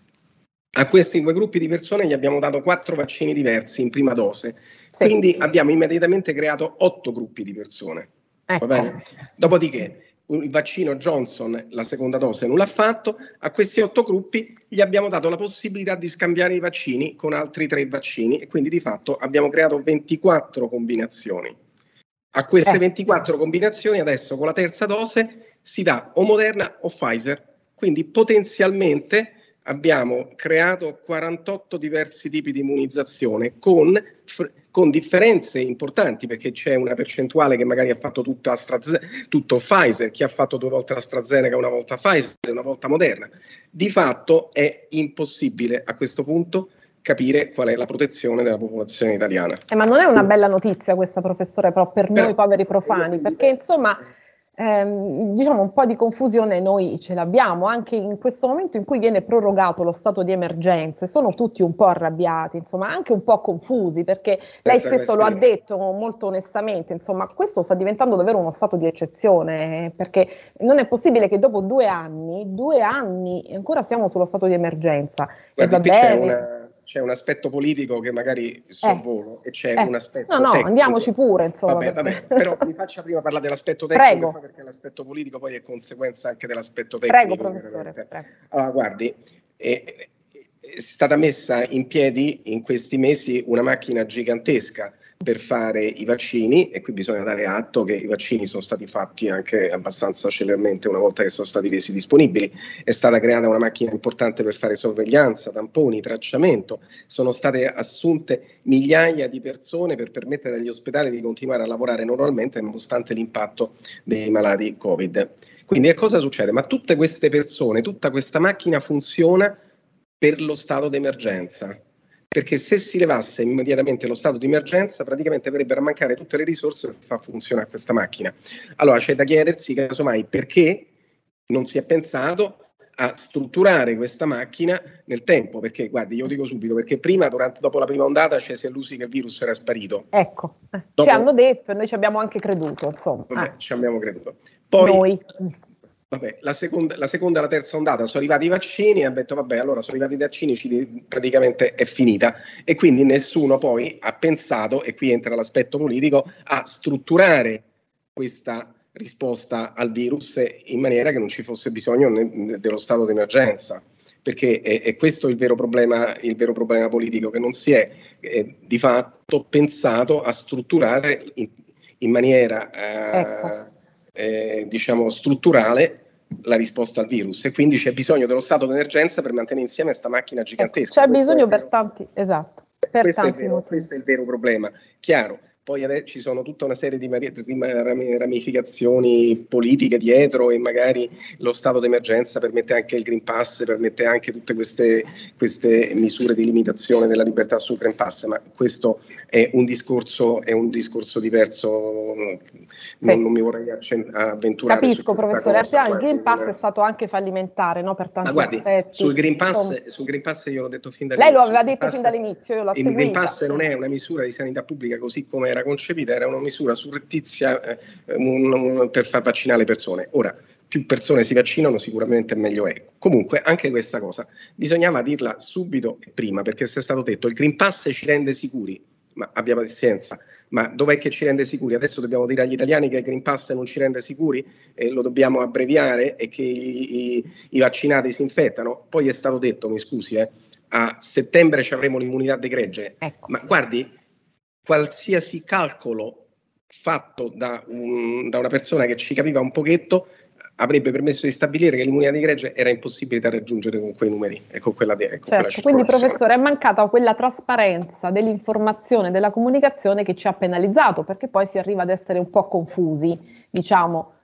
A questi 2 gruppi di persone gli abbiamo dato 4 vaccini diversi in prima dose, quindi abbiamo immediatamente creato 8 gruppi di persone. Va bene? Dopodiché il vaccino Johnson, la seconda dose, non l'ha fatto. A questi 8 gruppi gli abbiamo dato la possibilità di scambiare i vaccini con altri 3 vaccini e quindi di fatto abbiamo creato 24 combinazioni. A queste 24 combinazioni adesso con la terza dose si dà o Moderna o Pfizer, quindi potenzialmente abbiamo creato 48 diversi tipi di immunizzazione con differenze importanti, perché c'è una percentuale che magari ha fatto tutto Pfizer, chi ha fatto 2 volte AstraZeneca, una volta Pfizer, una volta Moderna. Di fatto è impossibile a questo punto capire qual è la protezione della popolazione italiana. Ma non è una bella notizia questa, professore, però per noi poveri profani, perché insomma diciamo un po' di confusione noi ce l'abbiamo anche in questo momento in cui viene prorogato lo stato di emergenza. Sono tutti un po' arrabbiati, insomma anche un po' confusi, perché lei stesso lo ha detto molto onestamente, insomma questo sta diventando davvero uno stato di eccezione, perché non è possibile che dopo 2 anni ancora siamo sullo stato di emergenza. Guardi, e va bene. C'è un aspetto politico che magari sorvolo e c'è un aspetto tecnico. Andiamoci pure, insomma. Vabbè, però mi faccia prima parlare dell'aspetto tecnico, perché l'aspetto politico poi è conseguenza anche dell'aspetto tecnico. Prego, professore. Prego. Allora, guardi, è stata messa in piedi in questi mesi una macchina gigantesca per fare i vaccini, e qui bisogna dare atto che i vaccini sono stati fatti anche abbastanza celermente una volta che sono stati resi disponibili. È stata creata una macchina importante per fare sorveglianza, tamponi, tracciamento, sono state assunte migliaia di persone per permettere agli ospedali di continuare a lavorare normalmente nonostante l'impatto dei malati Covid. Quindi che cosa succede? Ma tutte queste persone, tutta questa macchina funziona per lo stato d'emergenza. Perché se si levasse immediatamente lo stato di emergenza, praticamente verrebbero a mancare tutte le risorse per far funzionare questa macchina. Allora c'è da chiedersi, casomai, perché non si è pensato a strutturare questa macchina nel tempo, perché, guardi, io dico subito, perché prima, dopo la prima ondata, ci si è illusi che il virus era sparito. Ecco, ci hanno detto e noi ci abbiamo anche creduto, insomma. Vabbè, ci abbiamo creduto. Poi, noi. Vabbè, la seconda e la terza ondata sono arrivati i vaccini e ha detto vabbè, allora sono arrivati i vaccini, praticamente è finita, e quindi nessuno poi ha pensato, e qui entra l'aspetto politico, a strutturare questa risposta al virus in maniera che non ci fosse bisogno dello stato d'emergenza, perché è questo il vero problema politico, che non si è di fatto pensato a strutturare in maniera diciamo strutturale la risposta al virus, e quindi c'è bisogno dello stato d'emergenza per mantenere insieme questa macchina gigantesca. C'è bisogno per tanti, esatto, per tanti motivi. Questo è il vero problema, chiaro. Poi ci sono tutta una serie di ramificazioni politiche dietro, e magari lo stato d'emergenza permette anche il Green Pass, permette anche tutte queste misure di limitazione della libertà sul Green Pass, ma questo è un discorso diverso, non mi vorrei avventurare. Capisco, professore, il Green Pass è stato anche fallimentare, no, per tanti aspetti. Sul Green Pass io l'ho detto fin dall'inizio. Lei lo aveva detto fin dall'inizio, io l'ho seguita. Il Green Pass non è una misura di sanità pubblica così come era concepita, era una misura surrettizia per far vaccinare le persone. Ora, più persone si vaccinano sicuramente meglio è. Comunque anche questa cosa bisognava dirla subito e prima, perché se è stato detto il Green Pass ci rende sicuri, ma abbia pazienza, ma dov'è che ci rende sicuri? Adesso dobbiamo dire agli italiani che il Green Pass non ci rende sicuri e lo dobbiamo abbreviare e che i vaccinati si infettano? Poi è stato detto, mi scusi, a settembre ci avremo l'immunità di gregge, ma guardi, qualsiasi calcolo fatto da una persona che ci capiva un pochetto avrebbe permesso di stabilire che l'immunità di gregge era impossibile da raggiungere con quei numeri e con quella certo, quindi professore è mancata quella trasparenza dell'informazione, della comunicazione che ci ha penalizzato, perché poi si arriva ad essere un po' confusi, diciamo,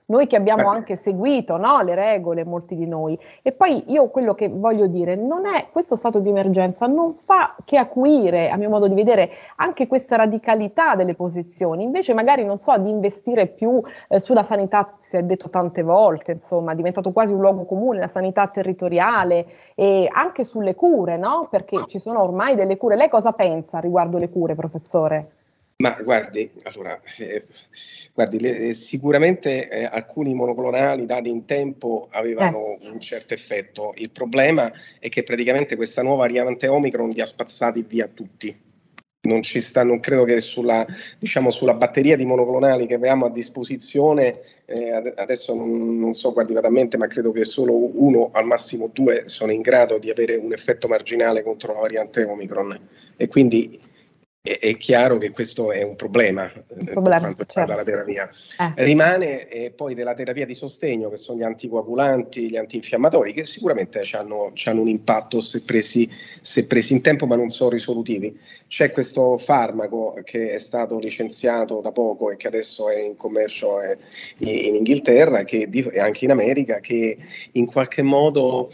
noi che abbiamo anche seguito, no, le regole, molti di noi. E poi io quello che voglio dire, non è questo stato di emergenza non fa che acuire, a mio modo di vedere, anche questa radicalità delle posizioni, invece magari, non so, di investire più sulla sanità, si è detto tante volte, insomma, è diventato quasi un luogo comune, la sanità territoriale, e anche sulle cure, no? Perché ci sono ormai delle cure. Lei cosa pensa riguardo le cure, professore? Ma guardi, allora, sicuramente alcuni monoclonali dati in tempo avevano un certo effetto. Il problema è che praticamente questa nuova variante Omicron li ha spazzati via tutti. Non credo che sulla batteria di monoclonali che avevamo a disposizione, adesso non so guardativamente, ma credo che solo 1 al massimo 2 sono in grado di avere un effetto marginale contro la variante Omicron, e quindi è chiaro che questo è un problema per quanto riguarda la terapia. Rimane poi della terapia di sostegno, che sono gli anticoagulanti, gli antinfiammatori, che sicuramente hanno un impatto se presi in tempo, ma non sono risolutivi. C'è questo farmaco che è stato licenziato da poco e che adesso è in commercio in Inghilterra e anche in America, che in qualche modo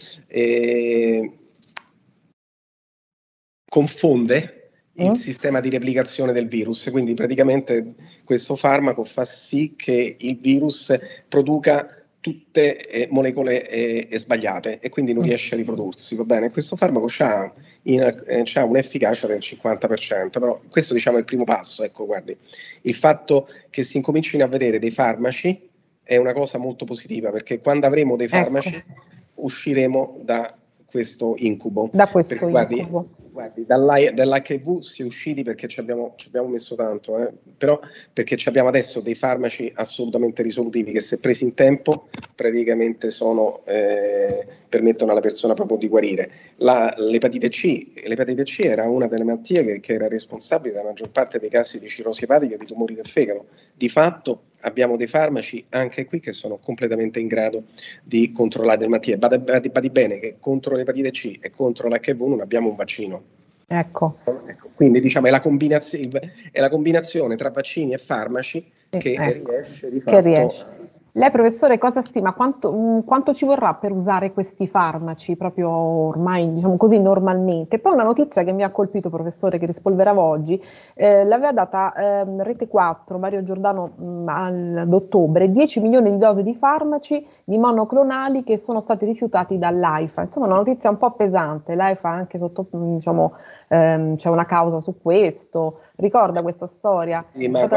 confonde il sistema di replicazione del virus, quindi praticamente questo farmaco fa sì che il virus produca tutte molecole sbagliate e quindi non riesce a riprodursi, va bene? Questo farmaco ha un'efficacia del 50%, però questo è il primo passo. Ecco, guardi, il fatto che si incomincino a vedere dei farmaci è una cosa molto positiva, perché quando avremo dei farmaci usciremo da questo incubo. Guardi, dall'HIV si è usciti perché ci abbiamo messo tanto, però perché abbiamo adesso dei farmaci assolutamente risolutivi che, se presi in tempo, praticamente permettono alla persona proprio di guarire. L'epatite C era una delle malattie che era responsabile della maggior parte dei casi di cirrosi epatica e di tumori del fegato. Di fatto abbiamo dei farmaci anche qui che sono completamente in grado di controllare le malattie. Badi bene che contro l'epatite C e contro l'HIV non abbiamo un vaccino. Ecco. Quindi è la combinazione tra vaccini e farmaci che riesce di fatto. Lei, professore, cosa stima? Quanto ci vorrà per usare questi farmaci proprio ormai, così, normalmente? Poi una notizia che mi ha colpito, professore, che rispolveravo oggi, l'aveva data Rete 4, Mario Giordano, ad ottobre, 10 milioni di dosi di farmaci di monoclonali che sono stati rifiutati dall'AIFA. Insomma, una notizia un po' pesante. L'AIFA anche c'è una causa su questo. Ricorda questa storia? Sì, ma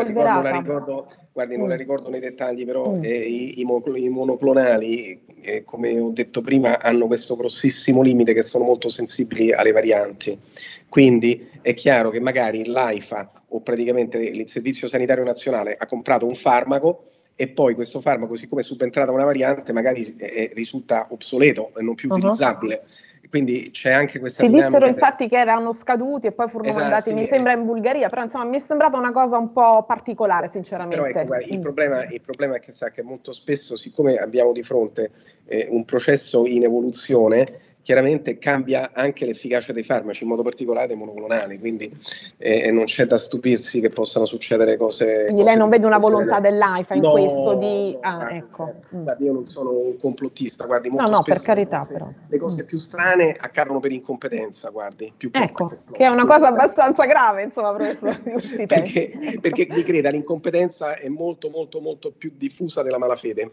non la ricordo nei dettagli, però i monoclonali, come ho detto prima, hanno questo grossissimo limite, che sono molto sensibili alle varianti. Quindi è chiaro che magari l'AIFA o praticamente il Servizio Sanitario Nazionale ha comprato un farmaco e poi questo farmaco, siccome è subentrata una variante, magari risulta obsoleto e non più utilizzabile. Quindi c'è anche questa dinamica. Dissero infatti che erano scaduti e poi furono mandati, mi sembra, in Bulgaria, però insomma mi è sembrata una cosa un po' particolare, sinceramente. Però ecco, guarda, il problema è che molto spesso, siccome abbiamo di fronte un processo in evoluzione, chiaramente cambia anche l'efficacia dei farmaci, in modo particolare dei monoclonali, quindi non c'è da stupirsi che possano succedere cose. Quindi lei non vede una volontà dell'AIFA in questo di... ecco. Guardi, io non sono un complottista, guardi, molto spesso per carità, però. Le cose più strane accadono per incompetenza, guardi. Che è una cosa abbastanza grave, insomma, professore. perché mi creda, l'incompetenza è molto, molto, molto più diffusa della malafede.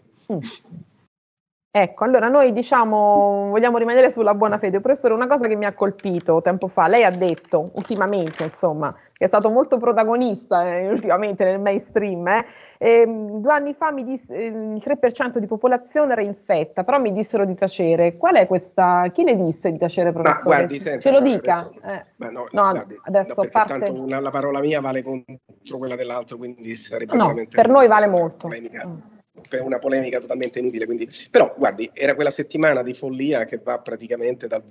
Ecco, allora noi vogliamo rimanere sulla buona fede. Professore, una cosa che mi ha colpito tempo fa, lei ha detto ultimamente, insomma, che è stato molto protagonista ultimamente nel mainstream, 2 anni fa mi disse il 3% di popolazione era infetta, però mi dissero di tacere. Qual è questa? Chi le disse di tacere, professore? Guardi, senta, ce lo dica. Adesso parte... tanto la parola mia vale contro quella dell'altro, quindi sarebbe veramente... per noi vale molto. Per una polemica totalmente inutile, quindi. Però guardi, era quella settimana di follia che va praticamente dal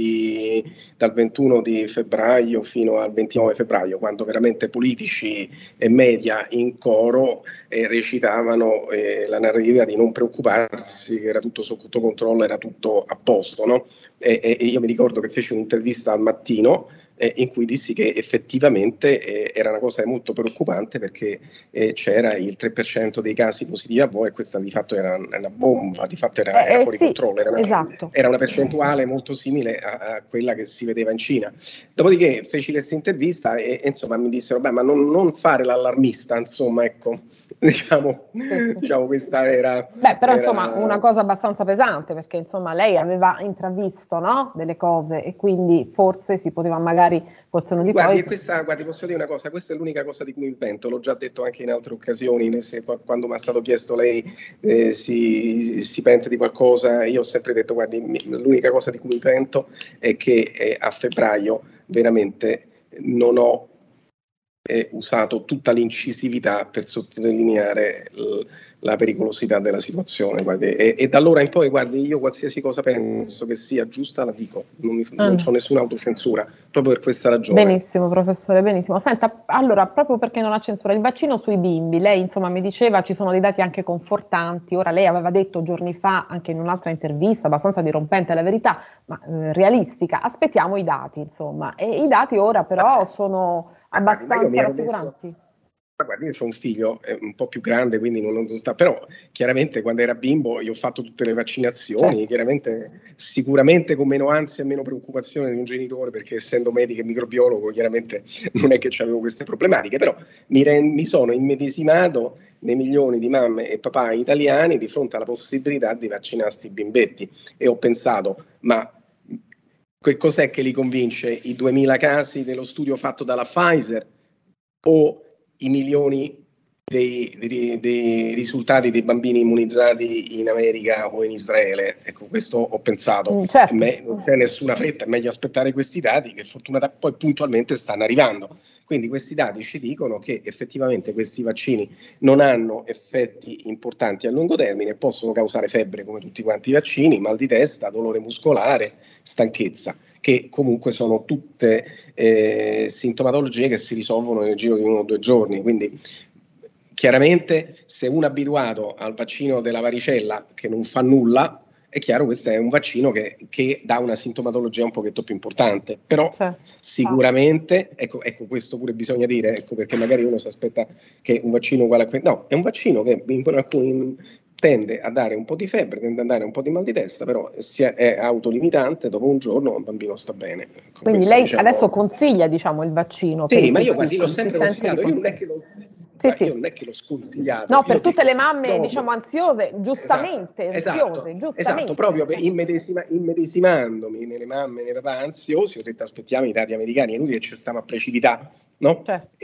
21 di febbraio fino al 29 febbraio, quando veramente politici e media in coro recitavano la narrativa di non preoccuparsi, che era tutto sotto controllo, era tutto a posto, no? E io mi ricordo che feci un'intervista al Mattino in cui dissi che effettivamente era una cosa molto preoccupante, perché c'era il 3% dei casi positivi a Bo, e questa di fatto era una bomba, di fatto era fuori controllo, era una percentuale molto simile a quella che si vedeva in Cina. Dopodiché feci questa intervista e insomma mi dissero, ma non fare l'allarmista, insomma, ecco, diciamo questa era... Però insomma una cosa abbastanza pesante, perché insomma lei aveva intravisto, no? Delle cose, e quindi forse si poteva magari col senno di poi... Guardi, posso dire una cosa, questa è l'unica cosa di cui mi pento, l'ho già detto anche in altre occasioni, quando mi è stato chiesto lei si pente di qualcosa, io ho sempre detto, guardi, l'unica cosa di cui mi pento è che a febbraio veramente non ho usato tutta l'incisività per sottolineare la pericolosità della situazione, guardi, e da allora in poi, guardi, io qualsiasi cosa penso che sia giusta la dico, non ho nessuna autocensura, proprio per questa ragione. Benissimo professore, benissimo. Senta, allora, proprio perché non ha censura, il vaccino sui bimbi, lei insomma mi diceva ci sono dei dati anche confortanti, ora lei aveva detto giorni fa anche in un'altra intervista, abbastanza dirompente alla verità, ma realistica, aspettiamo i dati insomma, e i dati ora però sono abbastanza rassicuranti. Guarda, io ho un figlio un po' più grande, quindi non sta, però chiaramente quando era bimbo io ho fatto tutte le vaccinazioni, chiaramente sicuramente con meno ansia e meno preoccupazione di un genitore, perché essendo medico e microbiologo chiaramente non è che avevo queste problematiche, però mi sono immedesimato nei milioni di mamme e papà italiani di fronte alla possibilità di vaccinarsi i bimbetti, e ho pensato, ma che cos'è che li convince? I 2000 casi dello studio fatto dalla Pfizer o i milioni dei risultati dei bambini immunizzati in America o in Israele? Ecco, questo ho pensato. Certo. Non c'è nessuna fretta, è meglio aspettare questi dati che fortunatamente poi puntualmente stanno arrivando. Quindi questi dati ci dicono che effettivamente questi vaccini non hanno effetti importanti a lungo termine, possono causare febbre come tutti quanti i vaccini, mal di testa, dolore muscolare, stanchezza, che comunque sono tutte sintomatologie che si risolvono nel giro di 1 o 2 giorni. Quindi chiaramente se uno è abituato al vaccino della varicella che non fa nulla, è chiaro questo è un vaccino che dà una sintomatologia un pochetto più importante, però sicuramente, ecco questo pure bisogna dire, ecco perché magari uno si aspetta che un vaccino uguale a no, è un vaccino che in alcuni tende a dare un po' di febbre, tende a dare un po' di mal di testa, però è autolimitante, dopo un giorno un bambino sta bene. Ecco, quindi lei adesso consiglia il vaccino? Sì, ma io l'ho sempre consigliato, io non è che io non è che l'ho sconsigliato. No, per tutte le mamme ansiose, giustamente, Esatto, proprio immedesimandomi nelle mamme e nei papà ansiosi, ho detto aspettiamo i dati americani, è inutile che ci stiamo a precipitare, no?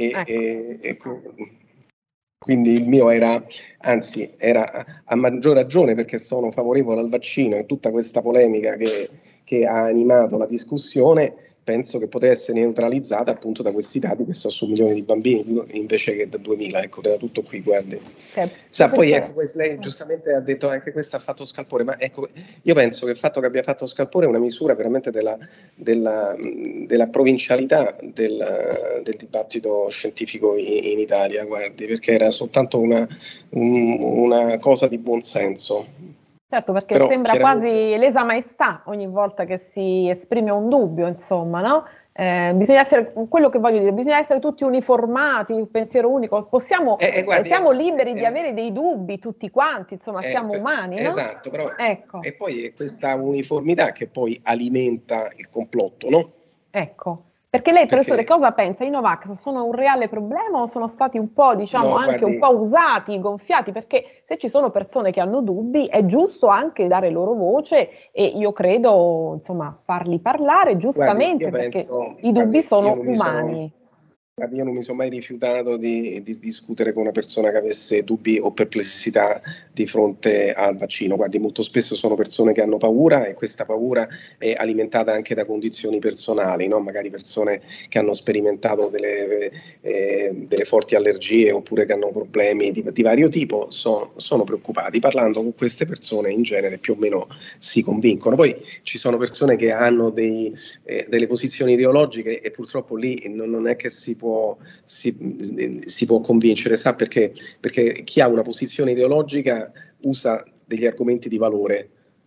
Quindi il mio era a maggior ragione, perché sono favorevole al vaccino, e tutta questa polemica che ha animato la discussione penso che potesse essere neutralizzata appunto da questi dati che sono su milioni di bambini invece che da 2000, ecco, da tutto qui, guardi. Poi ecco, lei giustamente ha detto anche questo ha fatto scalpore, ma ecco, io penso che il fatto che abbia fatto scalpore è una misura veramente della provincialità del dibattito scientifico in Italia, guardi, perché era soltanto una cosa di buonsenso. Certo, perché però, sembra quasi lesa maestà ogni volta che si esprime un dubbio, insomma, no? Bisogna essere, quello che voglio dire, bisogna essere tutti uniformati, il pensiero unico, siamo liberi di avere dei dubbi tutti quanti, insomma, siamo umani, no? Esatto, però e poi è questa uniformità che poi alimenta il complotto, no? Ecco. Perché lei, professore, cosa pensa? I Novax sono un reale problema o sono stati un po', un po' usati, gonfiati? Perché se ci sono persone che hanno dubbi è giusto anche dare loro voce e io credo, insomma, farli parlare giustamente, perché i dubbi sono umani. Io non mi sono mai rifiutato di discutere con una persona che avesse dubbi o perplessità di fronte al vaccino. Guardi, molto spesso sono persone che hanno paura e questa paura è alimentata anche da condizioni personali, no? Magari persone che hanno sperimentato delle forti allergie oppure che hanno problemi di vario tipo, sono preoccupati. Parlando con queste persone in genere più o meno si convincono. Poi ci sono persone che hanno delle posizioni ideologiche e purtroppo lì non è che si può convincere, sa perché? Perché chi ha una posizione ideologica usa degli argomenti di valore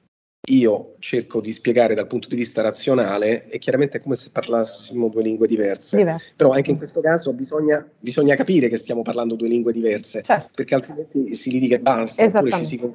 io cerco di spiegare dal punto di vista razionale, e chiaramente è come se parlassimo due lingue diverse. Però anche in questo caso bisogna capire che stiamo parlando due lingue diverse, perché altrimenti si litiga e basta, oppure ci si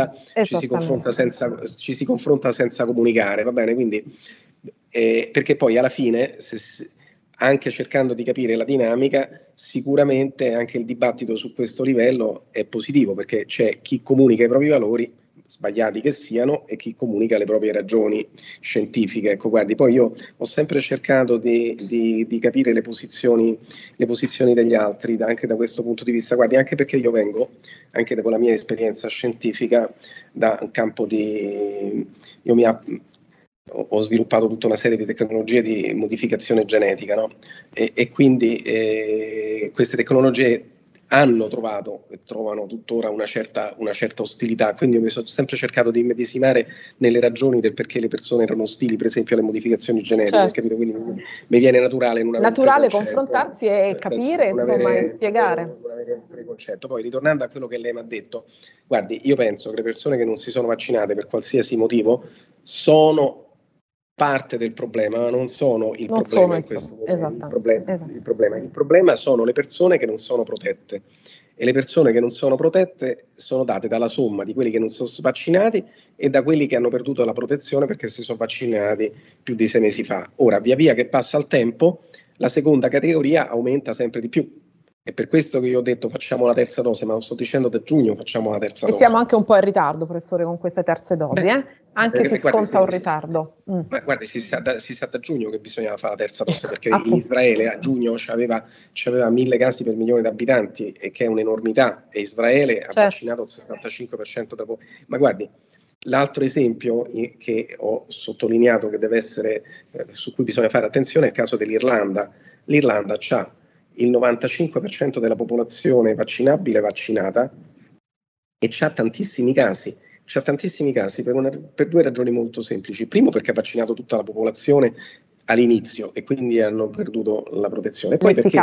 confronta senza comunicare, va bene? Quindi, perché poi alla fine, anche cercando di capire la dinamica, sicuramente anche il dibattito su questo livello è positivo, perché c'è chi comunica i propri valori, sbagliati che siano, e chi comunica le proprie ragioni scientifiche. Ecco, guardi, poi io ho sempre cercato di capire le posizioni degli altri, anche da questo punto di vista, guardi, anche perché io vengo, anche con la mia esperienza scientifica, da un campo ho sviluppato tutta una serie di tecnologie di modificazione genetica, no? E quindi queste tecnologie hanno trovato e trovano tuttora una certa ostilità, quindi io mi sono sempre cercato di immedesimare nelle ragioni del perché le persone erano ostili, per esempio, alle modificazioni genetiche, capito? Quindi mi viene naturale confrontarsi e capire, insomma, e spiegare. Non avere un preconcetto. Poi, ritornando a quello che lei mi ha detto, guardi, io penso che le persone che non si sono vaccinate per qualsiasi motivo sono parte del problema, ma non sono il problema in questo momento. Il problema sono le persone che non sono protette, e le persone che non sono protette sono date dalla somma di quelli che non sono vaccinati e da quelli che hanno perduto la protezione perché si sono vaccinati più di 6 mesi fa. Ora, via via che passa il tempo, la seconda categoria aumenta sempre di più. È per questo che io ho detto facciamo la terza dose, ma lo sto dicendo da giugno facciamo la terza dose. E siamo anche un po' in ritardo, professore, con queste terze dosi, anche se sconta un ritardo. Guardi, si sa da giugno che bisognava fare la terza dose, perché in Israele a giugno c'aveva 1.000 casi per milione di abitanti, e che è un'enormità, e Israele ha vaccinato il 75% dopo. Ma guardi, l'altro esempio che ho sottolineato che deve essere, su cui bisogna fare attenzione, è il caso dell'Irlanda. L'Irlanda c'ha il 95% della popolazione vaccinabile vaccinata, e c'ha tantissimi casi per due ragioni molto semplici. Primo, perché ha vaccinato tutta la popolazione all'inizio e quindi hanno perduto la protezione,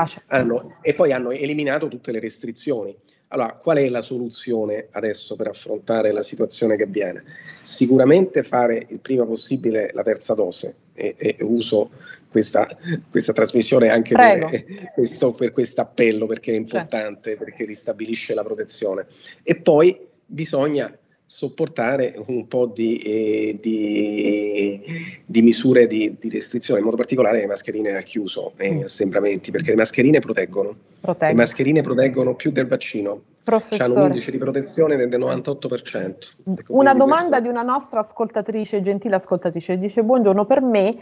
e poi hanno eliminato tutte le restrizioni. Allora, qual è la soluzione adesso per affrontare la situazione che viene? Sicuramente fare il prima possibile la terza dose, e uso questa trasmissione anche per questo appello, perché è importante, perché ristabilisce la protezione. E poi bisogna sopportare un po' di misure di restrizione, in modo particolare le mascherine al chiuso e gli assembramenti, perché le mascherine proteggono. Le mascherine proteggono più del vaccino. Hanno un indice di protezione del 98%. Ecco, una domanda di una nostra ascoltatrice, gentile ascoltatrice, dice: buongiorno, per me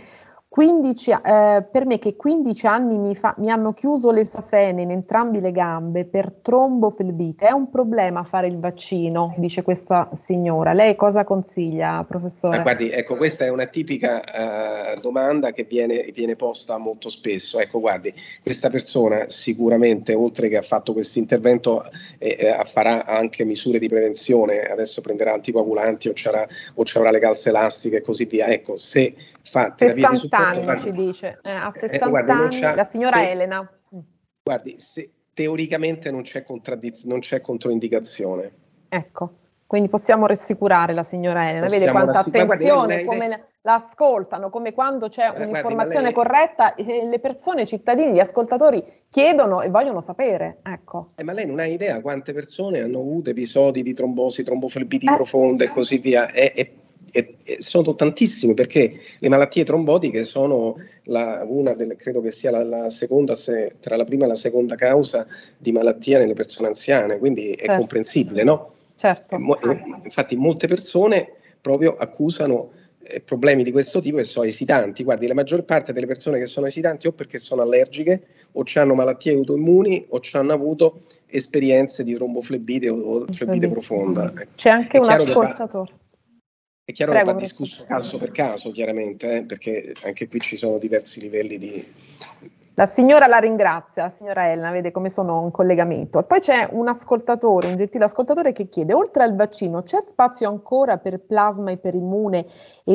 che 15 anni mi hanno chiuso le safene in entrambe le gambe per tromboflebite, è un problema fare il vaccino? Dice questa signora. Lei cosa consiglia, professore? Guardi, ecco, questa è una tipica domanda che viene posta molto spesso. Ecco, guardi, questa persona sicuramente, oltre che ha fatto questo intervento, farà anche misure di prevenzione. Adesso prenderà anticoagulanti o ci avrà le calze elastiche e così via. Ecco, se fa terapia di supporto, anni, ci dice, a 60 anni, la signora Elena. Guardi, teoricamente non c'è controindicazione. Ecco, quindi possiamo rassicurare la signora Elena. Vede quanta attenzione, come l'ascoltano, come quando c'è un'informazione corretta, le persone, i cittadini, gli ascoltatori chiedono e vogliono sapere. Ecco. Ma lei non ha idea quante persone hanno avuto episodi di trombosi, tromboflebiti profonde e così via. Sono tantissimi, perché le malattie trombotiche sono credo che sia la seconda, tra la prima e la seconda causa di malattia nelle persone anziane, quindi è comprensibile, no? Certo. Infatti molte persone proprio accusano problemi di questo tipo e sono esitanti. Guardi, la maggior parte delle persone che sono esitanti o perché sono allergiche, o hanno malattie autoimmuni, o hanno avuto esperienze di tromboflebite o flebite profonda. C'è anche un ascoltatore. È chiaro che va discusso caso per caso, chiaramente, perché anche qui ci sono diversi livelli di... La signora la ringrazia, la signora Elena, vede come sono in collegamento. E poi c'è un gentile ascoltatore che chiede: oltre al vaccino c'è spazio ancora per plasma iperimmune e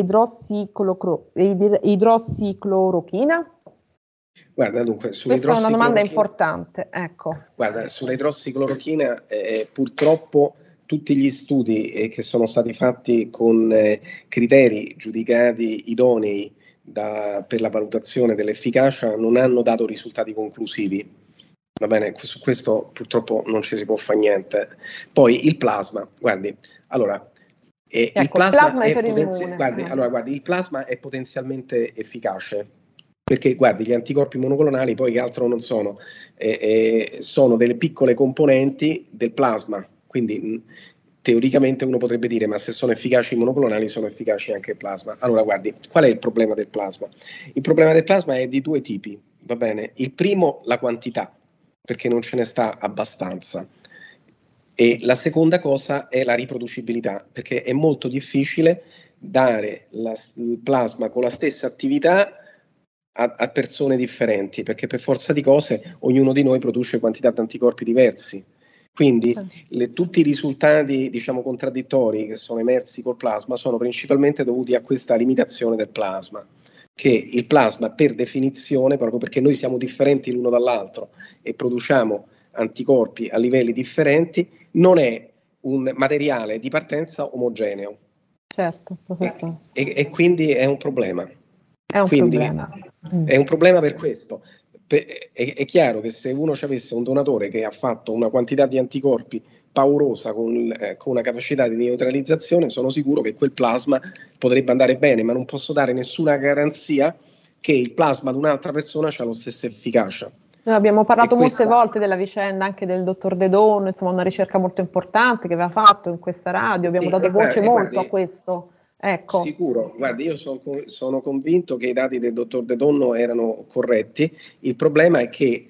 idrossiclorochina? Guarda, dunque, questa è una domanda importante, ecco. Guarda, sull'idrossiclorochina purtroppo tutti gli studi che sono stati fatti con criteri giudicati idonei per la valutazione dell'efficacia non hanno dato risultati conclusivi. Va bene, su questo purtroppo non ci si può fare niente. Poi il plasma, guardi, allora, il plasma il plasma è potenzialmente efficace, perché guardi, gli anticorpi monoclonali poi che altro non sono, sono delle piccole componenti del plasma, quindi teoricamente uno potrebbe dire, ma se sono efficaci i monoclonali sono efficaci anche il plasma. Allora guardi, qual è il problema del plasma? Il problema del plasma è di due tipi, va bene? Il primo, la quantità, perché non ce ne sta abbastanza. E la seconda cosa è la riproducibilità, perché è molto difficile dare il plasma con la stessa attività a persone differenti, perché per forza di cose ognuno di noi produce quantità di anticorpi diversi. Quindi tutti i risultati, diciamo, contraddittori che sono emersi col plasma sono principalmente dovuti a questa limitazione del plasma, che il plasma per definizione, proprio perché noi siamo differenti l'uno dall'altro e produciamo anticorpi a livelli differenti, non è un materiale di partenza omogeneo. Certo, professore. E quindi è un problema. È un problema. È un problema per questo. È chiaro che se uno ci avesse un donatore che ha fatto una quantità di anticorpi paurosa con una capacità di neutralizzazione, sono sicuro che quel plasma potrebbe andare bene, ma non posso dare nessuna garanzia che il plasma di un'altra persona ha la stessa efficacia. Noi abbiamo parlato molte volte della vicenda anche del dottor De Donno, insomma una ricerca molto importante che aveva fatto in questa radio, abbiamo dato voce molto a questo. Ecco. Sicuro, guardi, io sono convinto che i dati del dottor De Donno erano corretti. Il problema è che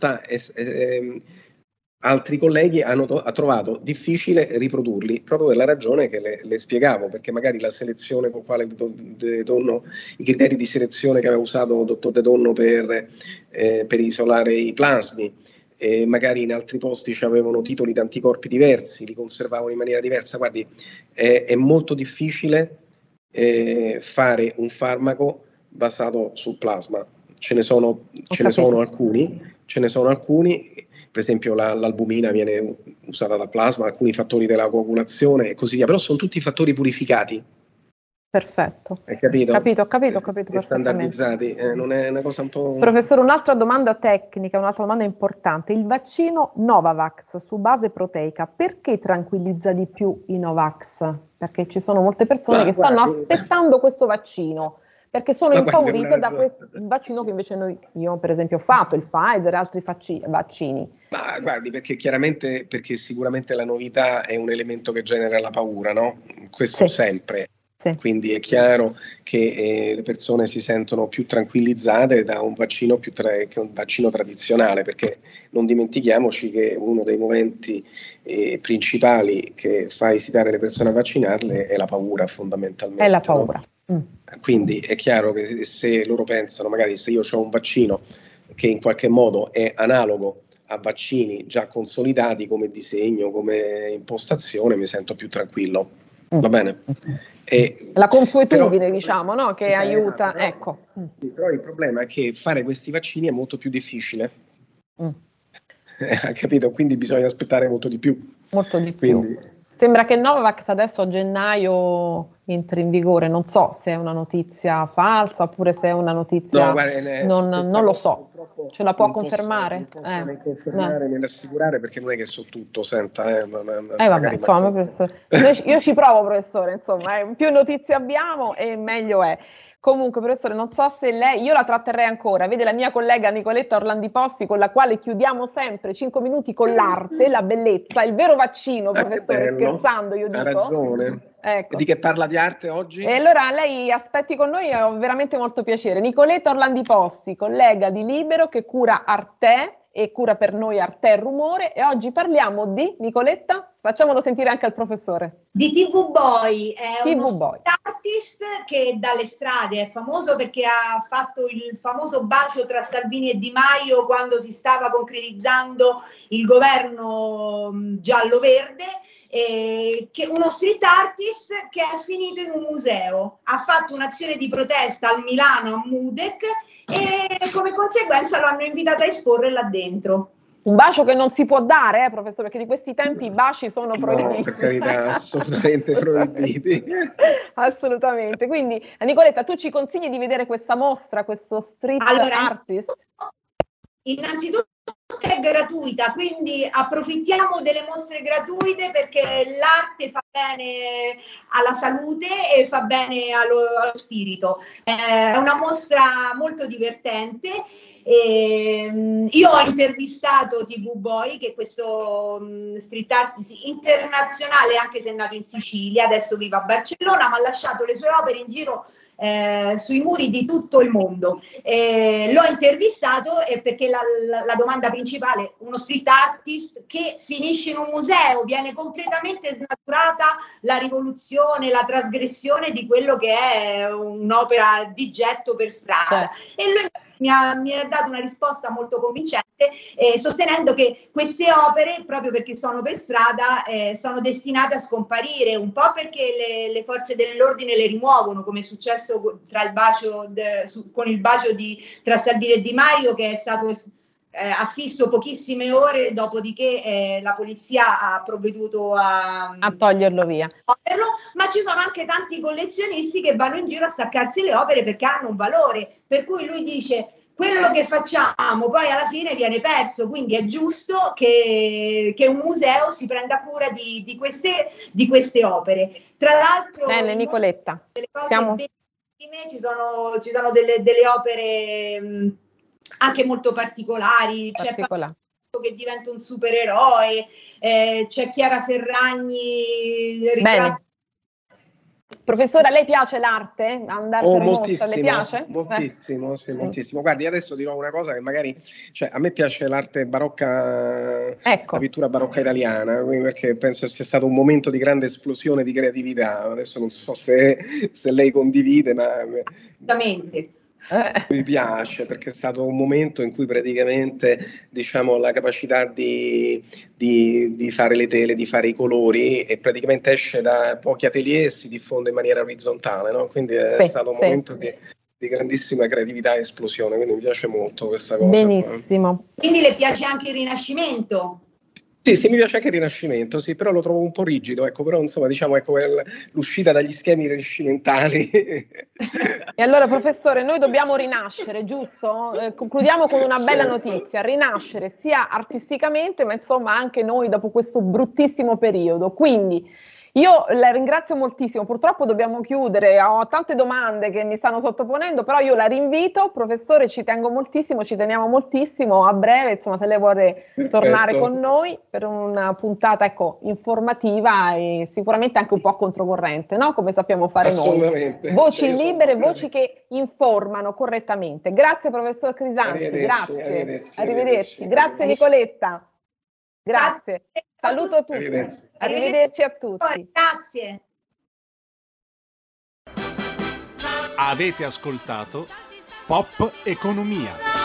altri colleghi hanno trovato difficile riprodurli, proprio per la ragione che le spiegavo, perché magari la selezione con quale De Donno, i criteri di selezione che aveva usato il dottor De Donno per isolare i plasmi, magari in altri posti avevano titoli di anticorpi diversi, li conservavano in maniera diversa. Guardi, è molto difficile fare un farmaco basato sul plasma. Ce ne sono alcuni, per esempio l'albumina viene usata dal plasma, alcuni fattori della coagulazione e così via, però sono tutti fattori purificati. Perfetto. Hai capito? Ho capito standardizzati, non è una cosa un po'... Professore, un'altra domanda tecnica, un'altra domanda importante. Il vaccino Novavax su base proteica, perché tranquillizza di più i Novax? Perché ci sono molte persone che stanno aspettando questo vaccino, perché sono impaurite da quel vaccino che invece io per esempio ho fatto, il Pfizer e altri vaccini. Ma guardi, perché sicuramente la novità è un elemento che genera la paura, no? Questo sempre. Sì. Quindi è chiaro che le persone si sentono più tranquillizzate da un vaccino che un vaccino tradizionale, perché non dimentichiamoci che uno dei momenti principali che fa esitare le persone a vaccinarle è la paura, fondamentalmente. È la paura. No? Quindi è chiaro che se loro pensano, magari se io ho un vaccino che in qualche modo è analogo a vaccini già consolidati come disegno, come impostazione, mi sento più tranquillo. Va bene? La consuetudine, diciamo, no? Che aiuta. Però, ecco. Sì, però il problema è che fare questi vaccini è molto più difficile. Ha capito? Quindi bisogna aspettare molto di più. Molto di più. Sembra che Novavax adesso a gennaio entri in vigore, non so se è una notizia falsa oppure se è una notizia... No, guarda, non lo so, ce la può confermare? Non posso confermare né assicurare, perché non è che so tutto, senta. Vabbè, insomma, professore. Io ci provo, professore, insomma, più notizie abbiamo e meglio è. Comunque, professore, non so se io la tratterrei ancora. Vede la mia collega Nicoletta Orlandi Posti, con la quale chiudiamo sempre 5 minuti con l'arte, la bellezza, il vero vaccino, professore, scherzando, io dico. Ha ragione. Ecco. Di che parla di arte oggi? E allora lei aspetti con noi, ho veramente molto piacere. Nicoletta Orlandi Posti, collega di Libero che cura Arte e cura per noi Arte e Rumore, e oggi parliamo di, Nicoletta, facciamolo sentire anche al professore. Di TV Boy, è TV uno Boy. artist che dalle strade è famoso perché ha fatto il famoso bacio tra Salvini e Di Maio quando si stava concretizzando il governo giallo-verde, che uno street artist che è finito in un museo, ha fatto un'azione di protesta al Milano a Mudec e come conseguenza lo hanno invitato a esporre là dentro. Un bacio che non si può dare, professore, perché di questi tempi i baci sono proibiti. No, per carità, assolutamente proibiti. Assolutamente. Quindi, Nicoletta, tu ci consigli di vedere questa mostra, questo street artist? Innanzitutto è gratuita, quindi approfittiamo delle mostre gratuite perché l'arte fa bene alla salute e fa bene allo spirito. È una mostra molto divertente. Io ho intervistato TV Boy, che è questo street artist internazionale, anche se è nato in Sicilia, adesso vive a Barcellona, ma ha lasciato le sue opere in giro sui muri di tutto il mondo. L'ho intervistato perché la domanda principale, uno street artist che finisce in un museo, viene completamente snaturata la rivoluzione, la trasgressione di quello che è un'opera di getto per strada. E lui mi ha dato una risposta molto convincente, sostenendo che queste opere, proprio perché sono per strada, sono destinate a scomparire, un po' perché le forze dell'ordine le rimuovono, come è successo con il bacio tra Salvini e Di Maio, che è stato affisso pochissime ore, dopodiché la polizia ha provveduto a toglierlo via. Ma ci sono anche tanti collezionisti che vanno in giro a staccarsi le opere perché hanno un valore, per cui lui dice quello che facciamo poi alla fine viene perso, quindi è giusto che un museo si prenda cura di queste opere. Tra l'altro, bene, Nicoletta, delle cose bellissime, ci sono delle opere anche molto particolari. C'è Paolo che diventa un supereroe, c'è Chiara Ferragni. Bene. Professore, a lei piace l'arte? Andare per mostra, le piace? Moltissimo, sì, moltissimo. Guardi, adesso dirò una cosa che magari, a me piace l'arte barocca, la pittura barocca italiana, perché penso sia stato un momento di grande esplosione di creatività. Adesso non so se lei condivide, ma assolutamente. Mi piace perché è stato un momento in cui praticamente la capacità di fare le tele, di fare i colori, e praticamente esce da pochi atelier e si diffonde in maniera orizzontale, no? Quindi è stato un momento di grandissima creatività e esplosione, quindi mi piace molto questa cosa. Benissimo. Quindi le piace anche il Rinascimento? Sì, mi piace anche il Rinascimento, sì, però lo trovo un po' rigido, però insomma l'uscita dagli schemi rinascimentali. E allora, professore, noi dobbiamo rinascere, giusto? Concludiamo con una bella notizia, rinascere sia artisticamente, ma insomma anche noi dopo questo bruttissimo periodo. Quindi io la ringrazio moltissimo, purtroppo dobbiamo chiudere, ho tante domande che mi stanno sottoponendo, però io la rinvito, professore, ci teniamo moltissimo, a breve, insomma, se lei vuole tornare con noi per una puntata, informativa e sicuramente anche un po' controcorrente, no? Come sappiamo fare noi. Voci libere, voci che informano correttamente. Grazie, professor Crisanti, grazie. Arrivederci. Grazie, Nicoletta. Grazie. Saluto a tutti. Arrivederci a tutti. Grazie. Avete ascoltato Pop Economia.